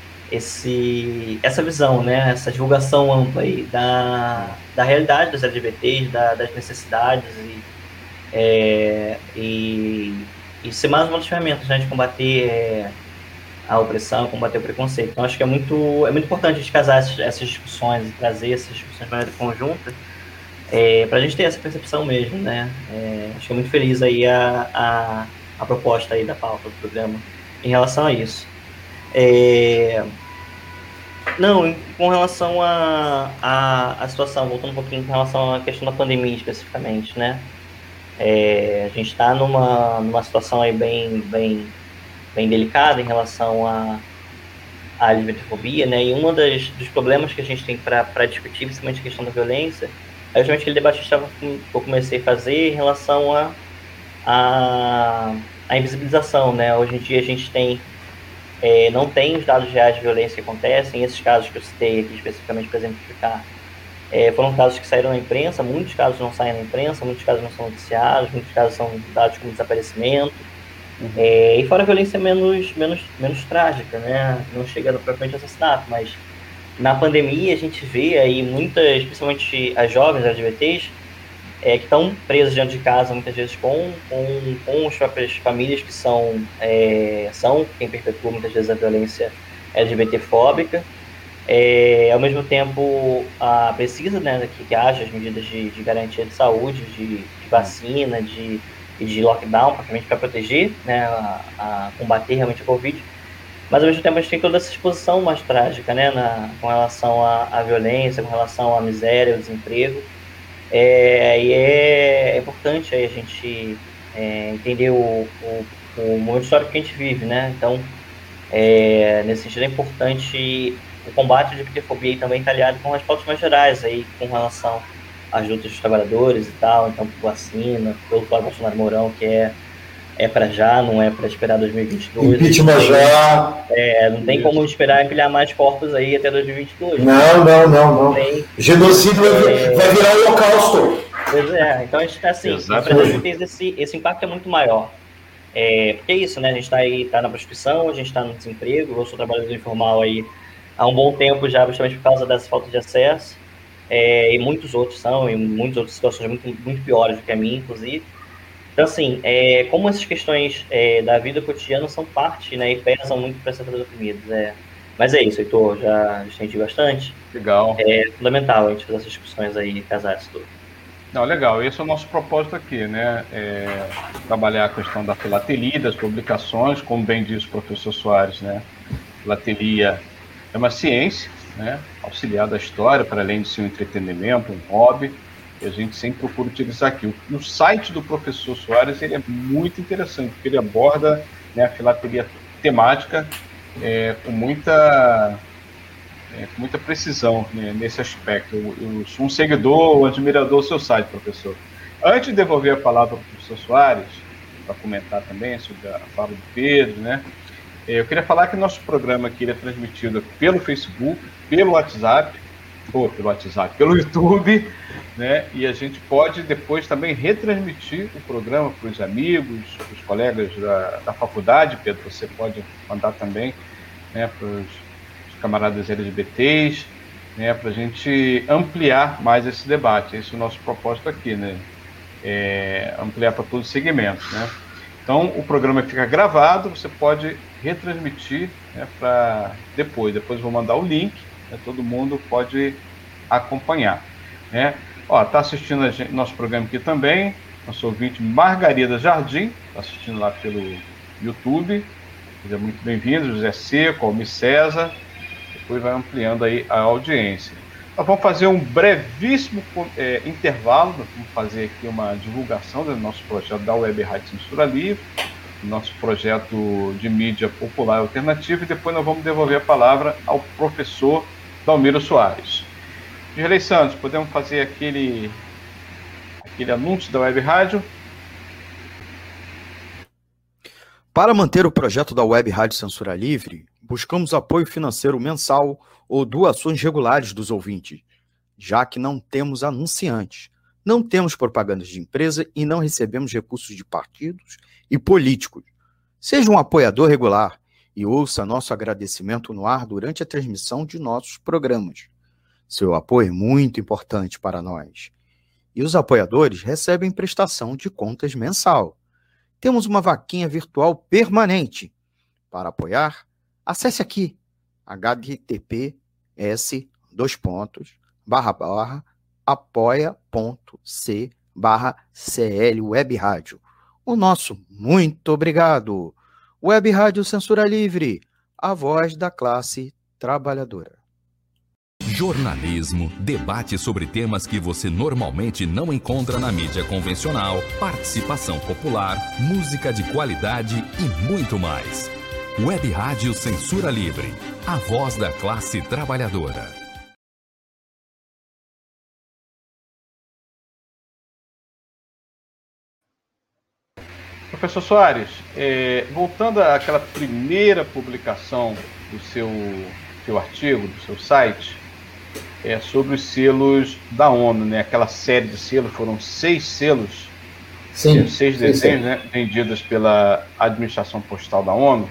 esse, essa visão, né? Essa divulgação ampla aí da, da realidade dos L G B Ts, da, das necessidades e, é, e, e ser mais uma das ferramentas, né, de combater é, a opressão, combater o preconceito. Então acho que é muito, é muito importante a gente casar essas, essas discussões e trazer essas discussões de maneira conjunta, É, para a gente ter essa percepção mesmo, né? É, acho que é muito feliz aí a, a, a proposta aí da pauta do programa em relação a isso. É, não, com relação à a, a, a situação, voltando um pouquinho com relação à questão da pandemia especificamente, né? É, a gente está numa, numa situação aí bem, bem, bem delicada em relação à a, a LGBTfobia, né? E um dos problemas que a gente tem para discutir, principalmente a questão da violência, é justamente aquele debate que eu comecei a fazer em relação a, a, a invisibilização, né? Hoje em dia a gente tem, é, não tem os dados reais de violência que acontecem. Esses casos que eu citei aqui especificamente para exemplificar, é, foram casos que saíram na imprensa, muitos casos não saem na imprensa, muitos casos não são noticiados, muitos casos são dados como desaparecimento, uhum. é, e fora a violência menos, menos, menos trágica, né? Não chega propriamente assassinato, mas na pandemia a gente vê aí muitas, principalmente as jovens L G B Ts, é, que estão presas dentro de casa muitas vezes com, com, com as próprias famílias que são, é, são quem perpetua muitas vezes a violência LGBTfóbica. É, ao mesmo tempo, a, precisa, né, que, que haja as medidas de, de garantia de saúde, de, de vacina, de, de lockdown, para proteger, né, a, a combater realmente a Covid. Mas, ao mesmo tempo, a gente tem toda essa exposição mais trágica, né, na, com relação à, à violência, com relação à miséria, ao desemprego. É, e é, é importante aí a gente é, entender o, o, o momento histórico que a gente vive, né? Então, é, nesse sentido, é importante o combate à L G B T fobia também está aliado com as pautas mais gerais aí, com relação às lutas dos trabalhadores e tal, então, por vacina, pelo Flávio Bolsonaro Mourão, que é É para já, não é para esperar dois mil e vinte e dois. Impeachment já. É, não tem como esperar empilhar mais corpos aí até dois mil e vinte e dois. Não, não, não, não. Tem, genocídio é, vai virar holocausto. Pois é, então a gente está assim, para esse, esse impacto é muito maior. É, porque é isso, né? A gente está aí, tá na prostituição, a gente está no desemprego, eu sou trabalhador informal aí há um bom tempo já, justamente por causa dessa falta de acesso, é, e muitos outros são, e muitas outras situações muito, muito piores do que a minha, inclusive. Então, assim, é, como essas questões é, da vida cotidiana são parte, né, e pesam muito para essas oprimidas. É. Mas é isso, Heitor, já estendi bastante. Legal. É fundamental a gente fazer essas discussões aí, casais, tudo. Não, legal. Esse é o nosso propósito aqui, né? É trabalhar a questão da filatelia, das publicações, como bem diz o professor Soares, né? Filatelia é uma ciência, né? Auxiliar da história, para além de ser um entretenimento, um hobby, e a gente sempre procura utilizar aqui. O site do professor Soares, ele é muito interessante, porque ele aborda, né, a filatelia temática é, com muita... É, com muita precisão, né, nesse aspecto. Eu, eu sou um seguidor, um admirador do seu site, professor. Antes de devolver a palavra para o professor Soares, para comentar também sobre a fala do Pedro, né, eu queria falar que nosso programa aqui é transmitido pelo Facebook, pelo WhatsApp, ou pelo WhatsApp, pelo YouTube, né, e a gente pode depois também retransmitir o programa para os amigos, para os colegas da, da faculdade. Pedro, você pode mandar também, né, para os camaradas L G B T s, né, para a gente ampliar mais esse debate. Esse é o nosso propósito aqui, né, é ampliar para todos os segmentos, né. Então, o programa fica gravado, você pode retransmitir, né, para depois. Depois eu vou mandar o link, né, todo mundo pode acompanhar, né. Ó, tá assistindo a gente, nosso programa aqui também, nosso ouvinte Margarida Jardim, está assistindo lá pelo YouTube, seja muito bem-vindo, José Seco, Almir César. Depois vai ampliando aí a audiência. Nós vamos fazer um brevíssimo é, intervalo, nós vamos fazer aqui uma divulgação do nosso projeto da Web Rádio Censura Livre, nosso projeto de mídia popular alternativa, e depois nós vamos devolver a palavra ao professor Dalmiro Soares. Gerlei Santos, podemos fazer aquele, aquele anúncio da Web Rádio? Para manter o projeto da Web Rádio Censura Livre, buscamos apoio financeiro mensal ou doações regulares dos ouvintes, já que não temos anunciantes, não temos propagandas de empresa e não recebemos recursos de partidos e políticos. Seja um apoiador regular e ouça nosso agradecimento no ar durante a transmissão de nossos programas. Seu apoio é muito importante para nós. E os apoiadores recebem prestação de contas mensal. Temos uma vaquinha virtual permanente. Para apoiar, acesse aqui, https, dois pontos, barra, barra, apoia.c, barra, cl Web Rádio. O nosso muito obrigado. Web Rádio Censura Livre, a voz da classe trabalhadora. Jornalismo, debate sobre temas que você normalmente não encontra na mídia convencional, participação popular, música de qualidade e muito mais. Web Rádio Censura Livre, a voz da classe trabalhadora. Professor Soares, é, voltando àquela primeira publicação do seu, seu artigo, do seu site, é, sobre os selos da ONU, né? Aquela série de selos, foram seis selos, Sim, seis sim, desenhos, sim. né, vendidos pela Administração Postal da ONU.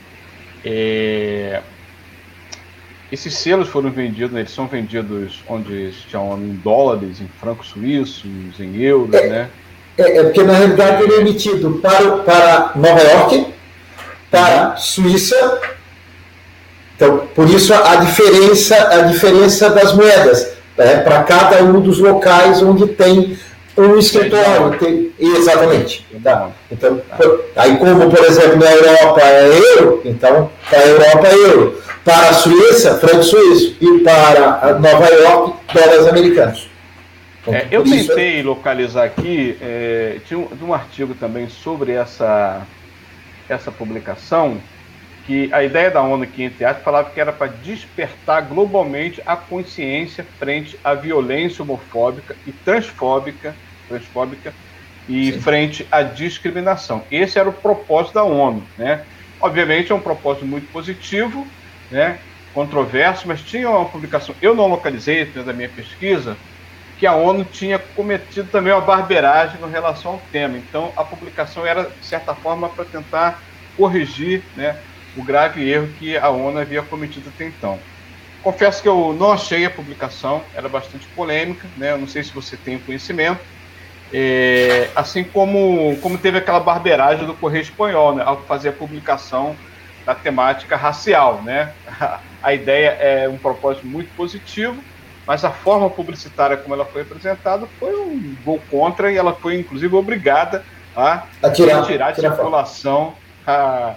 É, esses selos foram vendidos, né, eles são vendidos onde estão em dólares, em francos suíços, em euros, é, né? É, é porque, na realidade, ele é emitido para, para Nova York, para Suíça. Então, por isso a diferença, a diferença das moedas, né, para cada um dos locais onde tem um escritório. Tem, exatamente. Tá. Então, aí, como, por exemplo, na Europa é euro, então, para a Europa é euro. Para a Suíça, franco suíço. E para Nova York, dólares americanos. Então, É, eu isso... tentei localizar aqui, é, tinha um, um artigo também sobre essa, essa publicação, que a ideia da ONU aqui, entre aspas, falava que era para despertar globalmente a consciência frente à violência homofóbica e transfóbica, transfóbica e Sim. frente à discriminação. Esse era o propósito da ONU, né? Obviamente é um propósito muito positivo, né? Controverso, mas tinha uma publicação, eu não localizei dentro da minha pesquisa, que a ONU tinha cometido também uma barbeiragem com relação ao tema. Então, a publicação era, de certa forma, para tentar corrigir, né, o grave erro que a ONU havia cometido até então. Confesso que eu não achei a publicação, era bastante polêmica, né, eu não sei se você tem conhecimento, é, assim como, como teve aquela barbeiragem do Correio Espanhol, né, ao fazer a publicação da temática racial, né? A, a ideia é um propósito muito positivo, mas a forma publicitária como ela foi apresentada foi um gol contra, e ela foi, inclusive, obrigada a, a tirar, tirar de circulação a,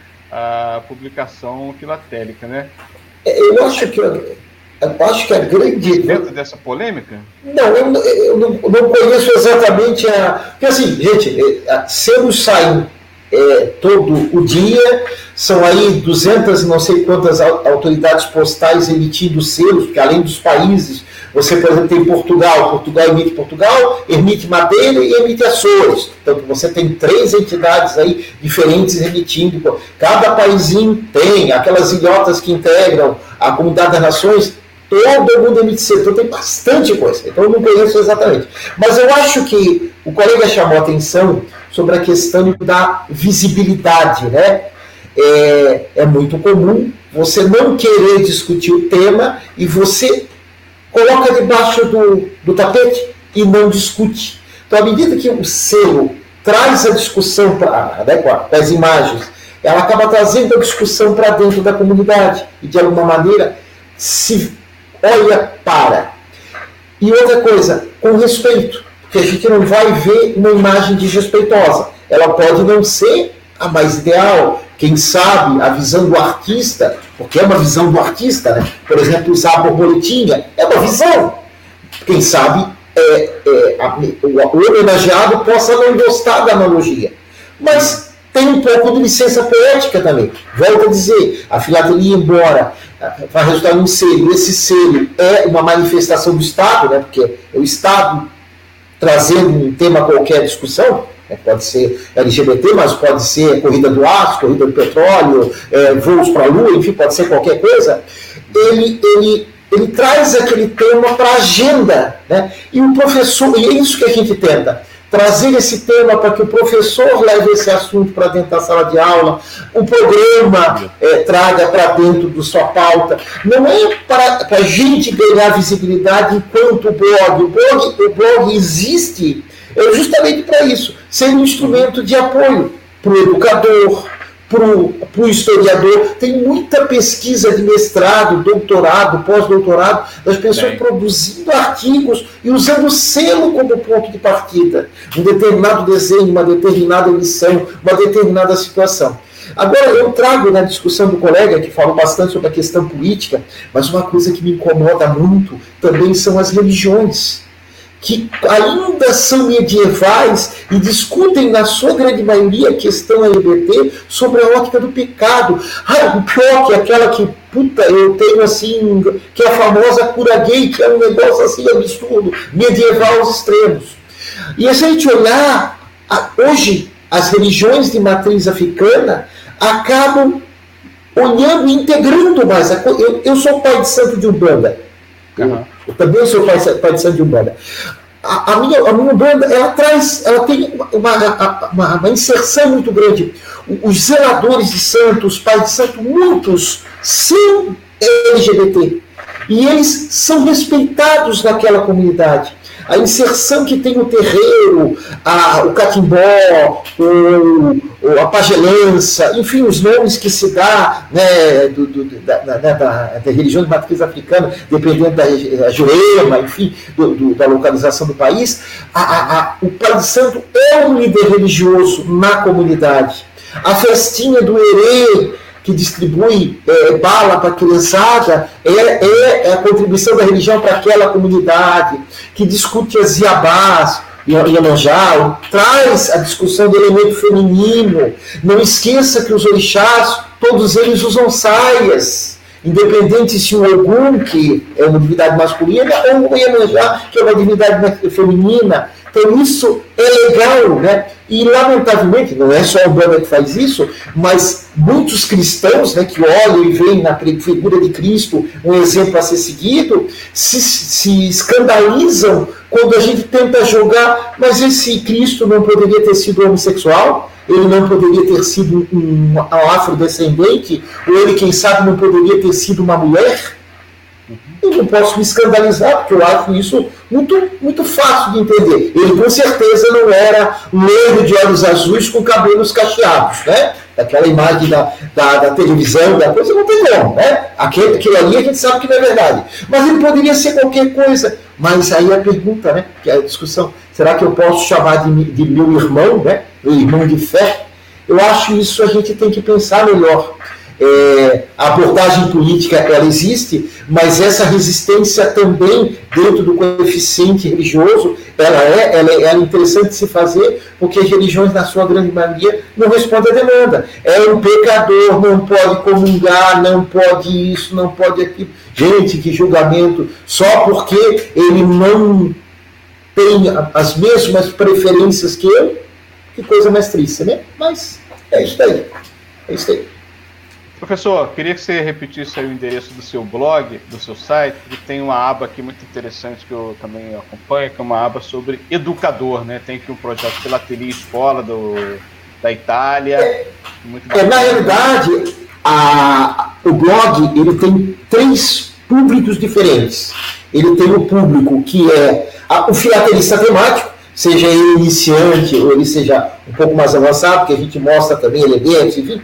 a publicação filatélica, né? Eu acho que, eu acho que a grande... Dentro dessa polêmica? Não, eu, eu não, não conheço exatamente a... Porque, assim, gente, selos saem é, todo o dia, são aí duzentas e não sei quantas autoridades postais emitindo selos, porque além dos países, você, por exemplo, tem Portugal, Portugal emite Portugal, emite Madeira e emite Açores. Então, você tem três entidades aí diferentes emitindo. Cada paizinho tem, aquelas ilhotas que integram a Comunidade das Nações, todo mundo emite selo. Então, tem bastante coisa. Então, eu não conheço exatamente. Mas eu acho que o colega chamou a atenção sobre a questão da visibilidade, né? É, é muito comum você não querer discutir o tema e você coloca debaixo do, do tapete e não discute. Então, à medida que o selo traz a discussão pra, né, com as imagens, ela acaba trazendo a discussão para dentro da comunidade e, de alguma maneira, se olha para. E outra coisa, com respeito, porque a gente não vai ver uma imagem desrespeitosa. Ela pode não ser a mais ideal, quem sabe a visão do artista, porque é uma visão do artista, né? Por exemplo, usar a borboletinha é uma visão. Quem sabe é, é, a, o, o homenageado possa não gostar da analogia. Mas tem um pouco de licença poética também. Volto a dizer, a filatelia, embora vai resultar num selo, esse selo é uma manifestação do Estado, né? Porque é o Estado trazendo um tema qualquer à discussão. É, pode ser L G B T, mas pode ser corrida do aço, corrida do petróleo, é, voos para a Lua, enfim, pode ser qualquer coisa. Ele, ele, ele traz aquele tema para a agenda, né? E o professor, e é isso que a gente tenta, trazer esse tema para que o professor leve esse assunto para dentro da sala de aula, o programa é, traga para dentro da sua pauta. Não é para a gente ganhar visibilidade enquanto o blog. O blog, o blog existe é justamente para isso, ser um instrumento de apoio para o educador, para o historiador. Tem muita pesquisa de mestrado, doutorado, pós-doutorado, das pessoas Bem. produzindo artigos e usando o selo como ponto de partida. Um determinado desenho, uma determinada lição, uma determinada situação. Agora, eu trago na discussão do colega, que falou bastante sobre a questão política, mas uma coisa que me incomoda muito também são as religiões, que ainda são medievais e discutem, na sua grande maioria, a questão L G B T sobre a ótica do pecado. Ah, o pior que é aquela que, puta, eu tenho assim, que é a famosa cura gay, que é um negócio assim absurdo, medieval aos extremos. E se a gente olhar, hoje, as religiões de matriz africana acabam olhando e integrando mais. Eu, eu sou pai de santo de Umbanda. Uhum. Eu também sou pai, pai de santo de Umbanda. A, a, minha, a minha Umbanda, ela traz, ela tem uma, uma, uma inserção muito grande. Os zeladores de santo, os pais de santo, muitos são L G B T. E eles são respeitados naquela comunidade. A inserção que tem o terreiro, a, o catimbó, o, a pagelança, enfim, os nomes que se dá, né, do, do, da, da, da, da religião de matriz africana, dependendo da, da Jurema, enfim, do, do, da localização do país, a, a, a, o Pai de Santo é um líder religioso na comunidade. A festinha do Herê, que distribui é, bala para a criançada, é, é, é a contribuição da religião para aquela comunidade, que discute as iabás, Iemanjá, traz a discussão do elemento feminino. Não esqueça que os orixás, todos eles usam saias, independente se o Ogum, que é uma divindade masculina, ou o Iemanjá, que é uma divindade feminina. Então isso é legal, né? E lamentavelmente, não é só a Umbanda que faz isso, mas muitos cristãos, né, que olham e veem na figura de Cristo um exemplo a ser seguido, se, se escandalizam quando a gente tenta jogar, mas esse Cristo não poderia ter sido homossexual? Ele não poderia ter sido um, um afrodescendente? Ou ele, quem sabe, não poderia ter sido uma mulher? Eu não posso me escandalizar, porque eu acho isso muito, muito fácil de entender. Ele, com certeza, não era loiro de olhos azuis com cabelos cacheados, né? Aquela imagem da, da, da televisão, da coisa, não tem como, né? Aquilo, aquilo ali a gente sabe que não é verdade. Mas ele poderia ser qualquer coisa. Mas aí a pergunta, né? Que é a discussão, será que eu posso chamar de, de meu irmão, né? Meu irmão de fé? Eu acho isso a gente tem que pensar melhor. É, a abordagem política ela existe, mas essa resistência também dentro do coeficiente religioso ela é, ela é, ela é interessante de se fazer, porque as religiões na sua grande maioria não respondem à demanda. É um pecador, não pode comungar, não pode isso, não pode aquilo. Gente, que julgamento, só porque ele não tem as mesmas preferências que eu, que coisa mais triste, né? Mas é isso aí, é isso aí. Professor, queria que você repetisse aí o endereço do seu blog, do seu site, que tem uma aba aqui muito interessante que eu também acompanho, que é uma aba sobre educador, né? Tem aqui um projeto Filatelia Escola do, da Itália. É, muito é, na realidade, a, o blog ele tem três públicos diferentes. Ele tem o público que é a, o filatelista temático, seja ele iniciante ou ele seja um pouco mais avançado, que a gente mostra também elementos, enfim.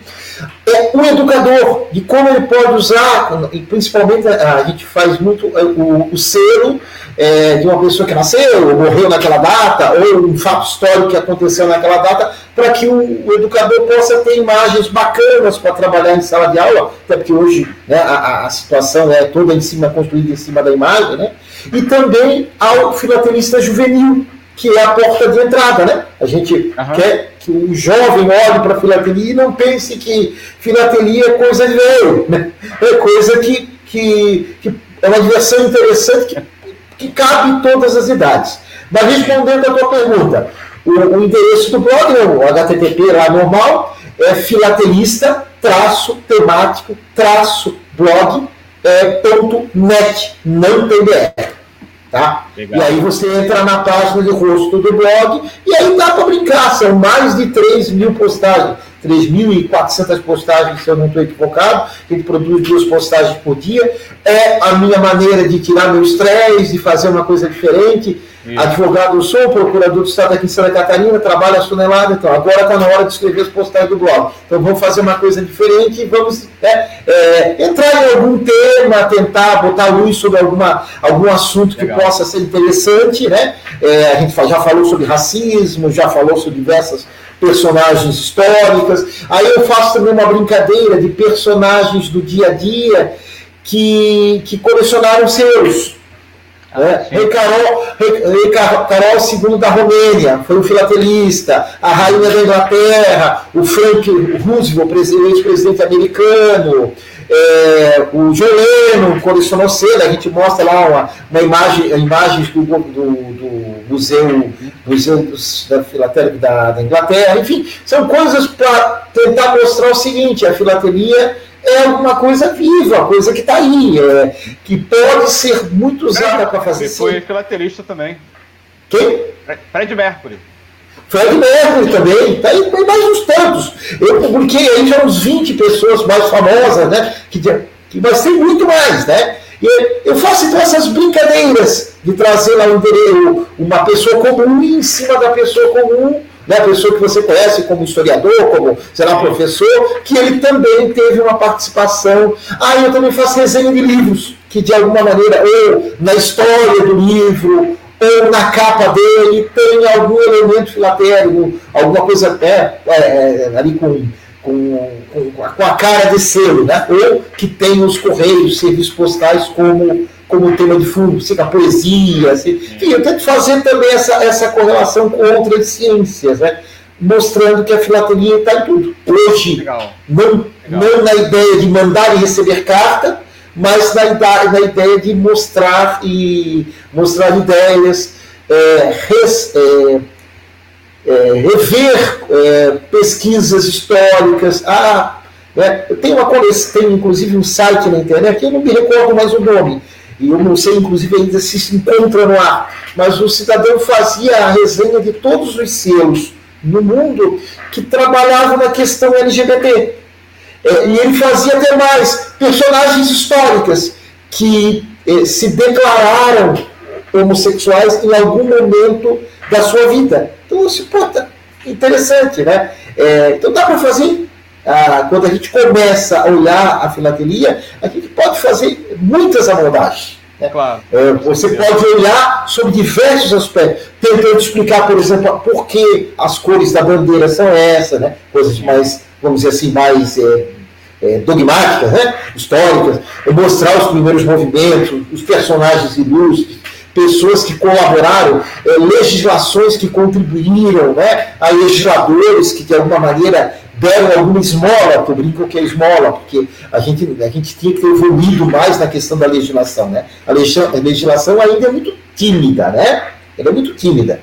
É o educador, de como ele pode usar, e principalmente a gente faz muito o, o selo é, de uma pessoa que nasceu, ou morreu naquela data, ou um fato histórico que aconteceu naquela data, para que o, o educador possa ter imagens bacanas para trabalhar em sala de aula, até porque hoje, né, a, a situação é toda em cima, construída em cima da imagem, né? E também ao filatelista juvenil, que é a porta de entrada, né? A gente uhum. quer que o jovem olhe para a filatelia e não pense que filatelia é coisa de velho, né? É coisa que, que, que é uma diversão interessante que, que cabe em todas as idades. Mas respondendo a tua pergunta, o, o endereço do blog, o H T T P lá normal, é filatelista traço temático traço blog é, ponto net, não tem B R. Tá? E aí você entra na página de rosto do blog e aí dá para brincar, são mais de três mil postagens, três mil e quatrocentas postagens, se eu não estou equivocado, a gente produz duas postagens por dia, é a minha maneira de tirar meu estresse, de fazer uma coisa diferente. Isso. Advogado eu sou, procurador do Estado aqui em Santa Catarina, trabalho as toneladas, então agora está na hora de escrever as postagens do blog. Então vamos fazer uma coisa diferente e vamos né, é, entrar em algum tema, tentar botar luz sobre alguma, algum assunto que Legal. Possa ser interessante, né? É, a gente já falou sobre racismo, já falou sobre diversas personagens históricas. Aí eu faço também uma brincadeira de personagens do dia a dia que, que colecionaram selos. É, Rei Carol, Rei, Rei Carol segundo da Romênia, foi um filatelista, a rainha da Inglaterra, o Frank Roosevelt, ex-presidente americano, é, o John Lennon colecionou selo, a gente mostra lá uma, uma imagem, imagens do, do, do museu, museu da Filatélia da, da Inglaterra, enfim, são coisas para tentar mostrar o seguinte, a filatelia é alguma coisa viva, coisa que está aí, é, que pode ser muito usada para fazer isso. Foi filatelista também. Quem? Fred Mercury. Fred Mercury também, tá aí, tem mais uns tantos. Eu publiquei aí já uns vinte pessoas mais famosas, né? Que, que, mas tem muito mais, né? E eu faço então essas brincadeiras de trazer lá um, uma pessoa comum em cima da pessoa comum, né, a pessoa que você conhece como historiador, como, sei lá, professor, que ele também teve uma participação. Ah, eu também faço resenha de livros, que de alguma maneira, ou na história do livro, ou na capa dele, tem algum elemento filatélico, alguma coisa é, é, ali com, com, com, com a cara de selo, né? Ou que tem os correios, serviços postais como... como tema de fundo, seja poesia, assim. Enfim, eu tento fazer também essa, essa correlação com outras ciências, né? Mostrando que a filatelia está em tudo. Hoje, Legal. Não, Legal. não na ideia de mandar e receber carta, mas na, na ideia de mostrar e mostrar ideias, é, res, é, é, rever é, pesquisas históricas. Ah, né, eu tenho uma coleção, tem inclusive um site na internet, eu não me recordo mais o nome, e eu não sei, inclusive, ainda se se encontra no ar, mas o cidadão fazia a resenha de todos os selos no mundo que trabalhavam na questão L G B T. É, e ele fazia até mais personagens históricas que eh, se declararam homossexuais em algum momento da sua vida. Então, isso, pô, tá interessante, né? É, então dá para fazer, ah, quando a gente começa a olhar a filatelia, a gente pode fazer muitas abordagens. Né? Claro. É, você pode olhar sobre diversos aspectos, tentando explicar, por exemplo, por que as cores da bandeira são essas, né? Coisas mais, vamos dizer assim, mais é, é, dogmáticas, né? Históricas, mostrar os primeiros movimentos, os personagens ilustres, pessoas que colaboraram, é, legislações que contribuíram, né? A legisladores que, de alguma maneira, deram alguma esmola, que eu brinco que é esmola, porque a gente, a gente tinha que ter evoluído mais na questão da legislação, né? A legislação ainda é muito tímida, né? Ela é muito tímida.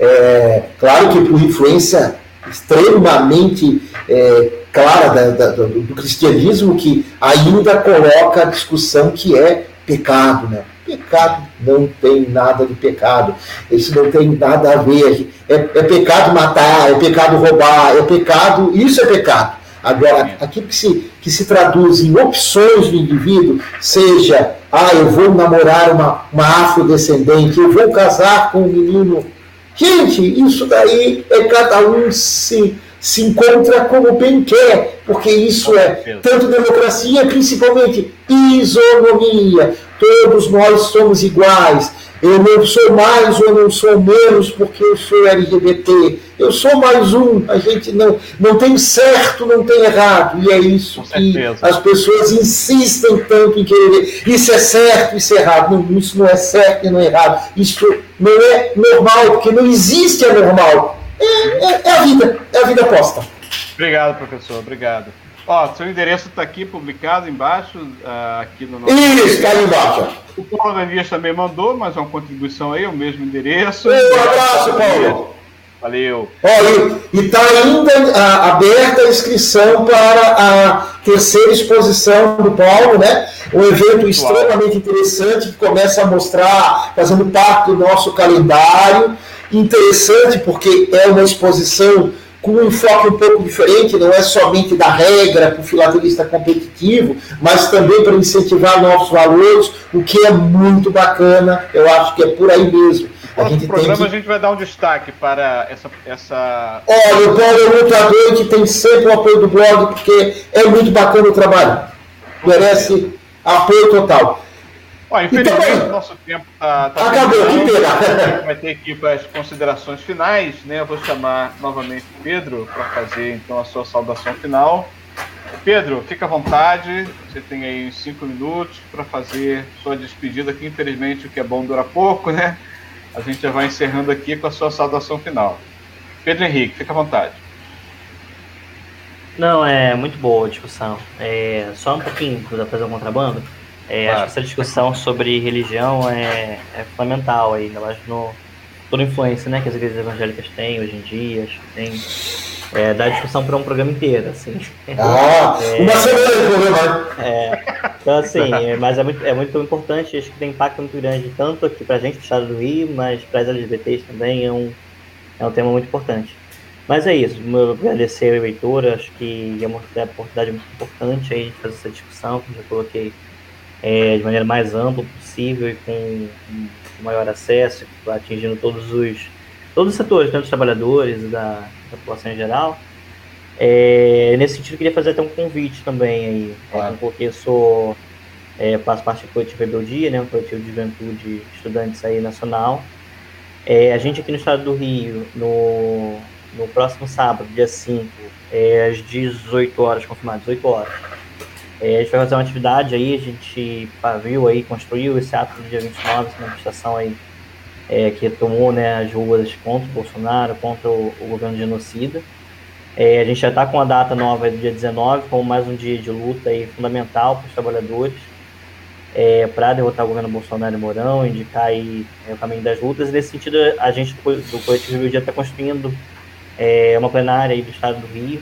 É, claro que por influência extremamente é, clara da, da, do, do cristianismo, que ainda coloca a discussão que é pecado, né? Pecado não tem nada de pecado, isso não tem nada a ver, é, é pecado matar, é pecado roubar, é pecado, isso é pecado. Agora, aquilo que se, que se traduz em opções do indivíduo, seja, ah, eu vou namorar uma, uma afrodescendente, eu vou casar com um menino. Gente, isso daí é cada um se, se encontra como bem quer, porque isso é tanto democracia, principalmente isonomia. Todos nós somos iguais. Eu não sou mais ou não sou menos porque eu sou L G B T. Eu sou mais um. A gente não, não tem certo, não tem errado. E é isso com que certeza as pessoas insistem tanto em querer. Isso é certo, isso é errado. Não, isso não é certo e não é errado. Isso não é normal, porque não existe anormal. É, é, é a vida, é a vida posta. Obrigado, professor. Obrigado. Ó, seu endereço está aqui publicado embaixo, uh, aqui no nosso... Isso, está ali embaixo. O Paulo Ananias também mandou mais uma contribuição aí, o mesmo endereço. Um abraço, Paulo. Valeu. Ó, e está ainda a, aberta a inscrição para a terceira exposição do Paulo, né? Um evento extremamente interessante que começa a mostrar, fazendo parte do nosso calendário. Interessante porque é uma exposição com um enfoque um pouco diferente, não é somente da regra para o filatelista competitivo, mas também para incentivar novos valores, o que é muito bacana, eu acho que é por aí mesmo. No nosso programa que... a gente vai dar um destaque para essa... essa... Olha, o Paulo é um lutador que tem sempre o apoio do blog, porque é muito bacana o trabalho, merece apoio total. Ó, infelizmente, então, o nosso tempo está tá acabou, que pena. Vai ter que ir para as considerações finais, né? Eu vou chamar novamente o Pedro para fazer então a sua saudação final. Pedro, fica à vontade, você tem aí uns cinco minutos para fazer sua despedida, que infelizmente o que é bom dura pouco, né? A gente já vai encerrando aqui com a sua saudação final. Pedro Henrique, fica à vontade. Não, é muito boa a discussão. É, só um pouquinho para fazer um contrabando. É, claro. Acho que essa discussão sobre religião é, é fundamental aí, ainda mais no toda a influência, né, que as igrejas evangélicas têm hoje em dia, acho que tem é, dá discussão para um programa inteiro, assim. Ah, é, uma semana de programa. É, então assim, é, mas é muito, é muito importante, acho que tem impacto muito grande tanto aqui para a gente, do estado do Rio, mas para as L G B Ts também é um é um tema muito importante. Mas é isso, eu agradecer ao Heitor, acho que é uma oportunidade muito importante aí de fazer essa discussão, que eu já coloquei É, de maneira mais ampla possível e com um maior acesso, atingindo todos os, todos os setores, tanto dos trabalhadores e da, da população em geral. É, nesse sentido, eu queria fazer até um convite também aí, claro. é, porque eu sou, é, faço parte do coletivo Rebeldia, né, um coletivo de juventude estudantes aí nacional. É, a gente aqui no estado do Rio, no, no próximo sábado, dia cinco, é, às dezoito horas, confirmado, dezoito horas, É, a gente vai fazer uma atividade aí, a gente viu aí, construiu esse ato do dia vinte e nove, essa manifestação aí, é, que tomou, né, as ruas contra o Bolsonaro, contra o, o governo genocida. É, a gente já está com a data nova do dia dezenove, como mais um dia de luta aí fundamental para os trabalhadores. é, para derrotar o governo Bolsonaro e Mourão, indicar aí, é, o caminho das lutas. E nesse sentido, a gente do Coletivo Rebeldia está construindo é, uma plenária aí do Estado do Rio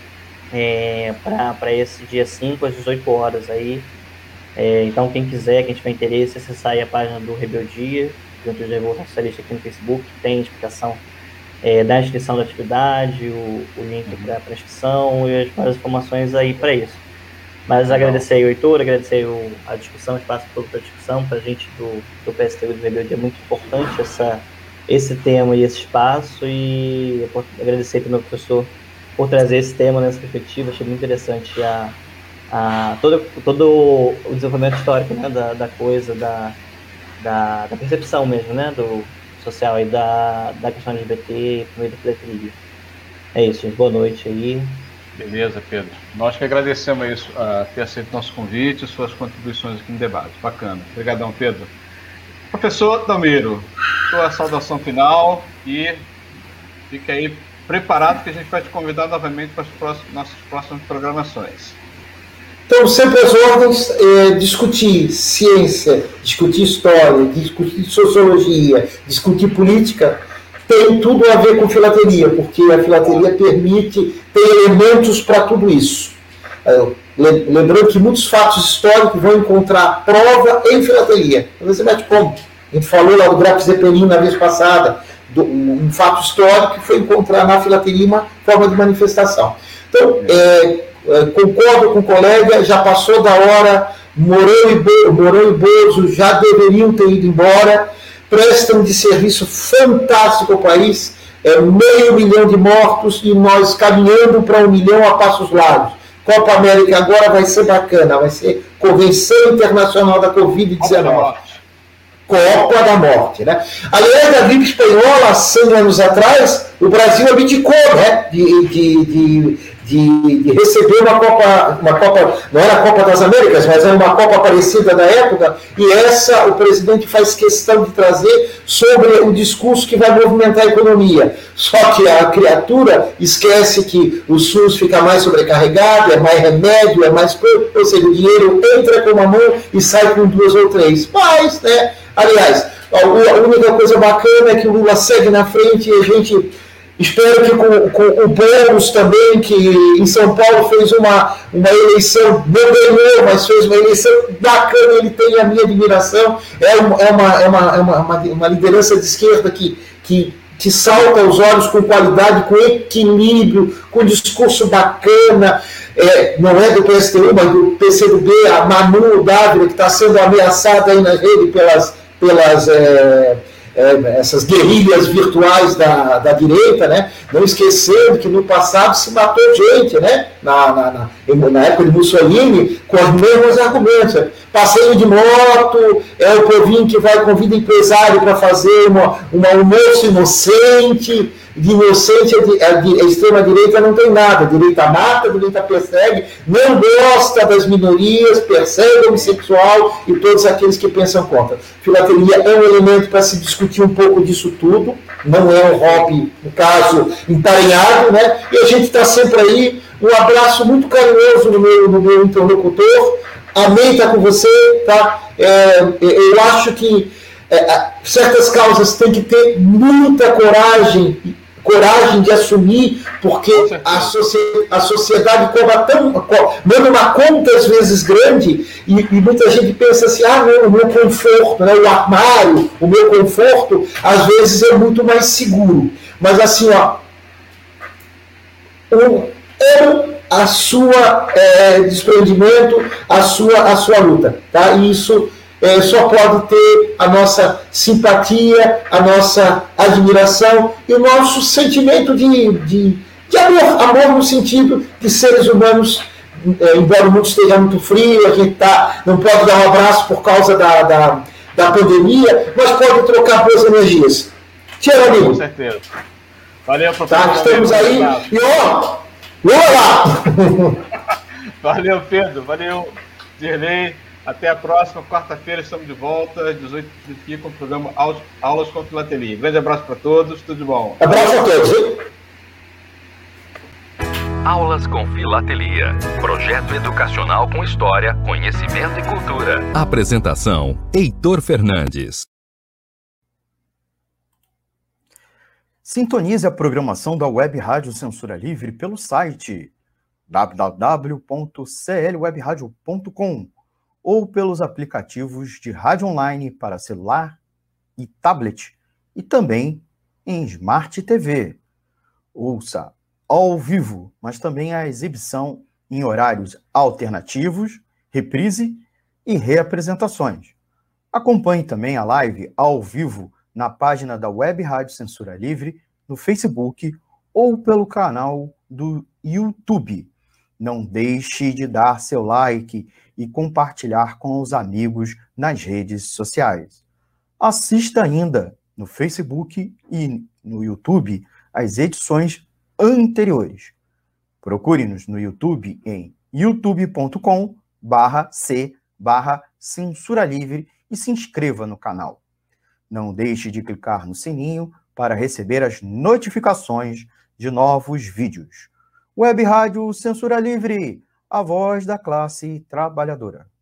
é, para esse dia cinco, às dezoito horas. Aí. É, então, quem quiser, quem tiver interesse, acessar aí a página do Rebeldia, Juventude da Revolução Socialista aqui no Facebook, tem explicação é, da inscrição da atividade, o, o link para a inscrição e as várias informações aí para isso. Mas Legal. Agradecer aí o Heitor, agradecer o, a discussão, o espaço todo para a discussão, para a gente do, do P S T U do Rebeldia é muito importante essa, esse tema e esse espaço, e agradecer também ao professor por trazer esse tema nessa perspectiva. Achei muito interessante a, a, todo, todo o desenvolvimento histórico, né, da, da coisa, da, da, da percepção mesmo, né, do social e da, da questão L G B T por meio da filateria. É isso, gente. Boa noite aí. Beleza, Pedro. Nós que agradecemos isso, uh, ter aceito nosso convite e suas contribuições aqui no debate. Bacana. Obrigadão, Pedro. Professor Dalmiro, sua saudação final e fique aí preparado que a gente vai te convidar novamente para as próximas, nossas próximas programações. Então, sempre as ordens, é, discutir ciência, discutir história, discutir sociologia, discutir política, tem tudo a ver com filateria, porque a filateria permite, tem elementos para tudo isso. Lembrando que muitos fatos históricos vão encontrar prova em filateria. Você vai como? A gente falou lá do Graf Zeppelin na vez passada, do, um fato histórico que foi encontrar na filateria uma forma de manifestação. Então, é, é, concordo com o colega, já passou da hora, Mourão e, Bo, Mourão e Bozo já deveriam ter ido embora, prestam de serviço fantástico ao país, é meio milhão de mortos e nós caminhando para um milhão a passos largos. Copa América agora vai ser bacana, vai ser Convenção Internacional da covid dezenove. Copa da Morte, né? Aliás, a gripe espanhola, cem anos atrás, o Brasil abdicou, né, de, de, de, de, de receber uma Copa, uma Copa, não era a Copa das Américas, mas era uma Copa parecida da época, e essa o presidente faz questão de trazer sobre o discurso que vai movimentar a economia. Só que a criatura esquece que o SUS fica mais sobrecarregado, é mais remédio, é mais coisa, ou seja, o dinheiro entra com uma mão e sai com duas ou três. Mas, né, aliás, a única coisa bacana é que o Lula segue na frente e a gente espera que com, com o Boulos também, que em São Paulo fez uma, uma eleição, não ganhou, mas fez uma eleição bacana, ele tem a minha admiração, é uma, é uma, é uma, é uma, uma liderança de esquerda que, que, que salta aos olhos com qualidade, com equilíbrio, com discurso bacana, é, não é do P S T U, mas do P C do B, a Manu Dávila, que está sendo ameaçada aí na rede pelas, pelas é, é, essas guerrilhas virtuais da, da direita, né? Não esquecendo que no passado se matou gente, né? Na, na, na, na época de Mussolini, com os mesmos argumentos. Passeio de moto, é o povinho que vai convida empresário para fazer uma, uma almoço inocente. De inocente, a, a, a extrema-direita não tem nada. A direita mata, a direita persegue, não gosta das minorias, persegue o homossexual e todos aqueles que pensam contra. Filateria é um elemento para se discutir um pouco disso tudo, não é um hobby, no caso, entarenhado, né? E a gente está sempre aí. Um abraço muito carinhoso no meu, no meu interlocutor. Amém, está com você, tá? É, eu acho que é, certas causas têm que ter muita coragem, coragem de assumir, porque a, socie, a sociedade cobra tão, manda uma conta às vezes grande, e, e muita gente pensa assim, ah, não, o meu conforto, né, o armário, o meu conforto, às vezes é muito mais seguro. Mas assim, ó, o, eu, a sua é, desprendimento, a sua, a sua luta, tá? E isso é, só pode ter a nossa simpatia, a nossa admiração e o nosso sentimento de, de, de amor, amor no sentido de seres humanos, é, embora o mundo esteja muito frio, a gente tá, não pode dar um abraço por causa da, da, da pandemia, mas pode trocar boas energias. Tchau, amigo. Com certeza. Valeu, professor. Tá, estamos aí. E ó, olá! Valeu, Pedro. Valeu, Dirley. Até a próxima quarta-feira, estamos de volta, às dezoito horas aqui com o programa Aulas com Filateria. Grande abraço para todos, tudo de bom. Abraço a todos. Hein? Aulas com Filatelia. Projeto educacional com história, conhecimento e cultura. Apresentação: Heitor Fernandes. Sintonize a programação da Web Rádio Censura Livre pelo site w w w ponto c l web radio ponto com ou pelos aplicativos de rádio online para celular e tablet e também em Smart T V. Ouça ao vivo, mas também a exibição em horários alternativos, reprise e reapresentações. Acompanhe também a live ao vivo na página da Web Rádio Censura Livre, no Facebook ou pelo canal do YouTube. Não deixe de dar seu like e compartilhar com os amigos nas redes sociais. Assista ainda no Facebook e no YouTube as edições anteriores. Procure-nos no YouTube em youtube ponto com barra c barra censura livre e se inscreva no canal. Não deixe de clicar no sininho para receber as notificações de novos vídeos. Web Rádio Censura Livre, a voz da classe trabalhadora.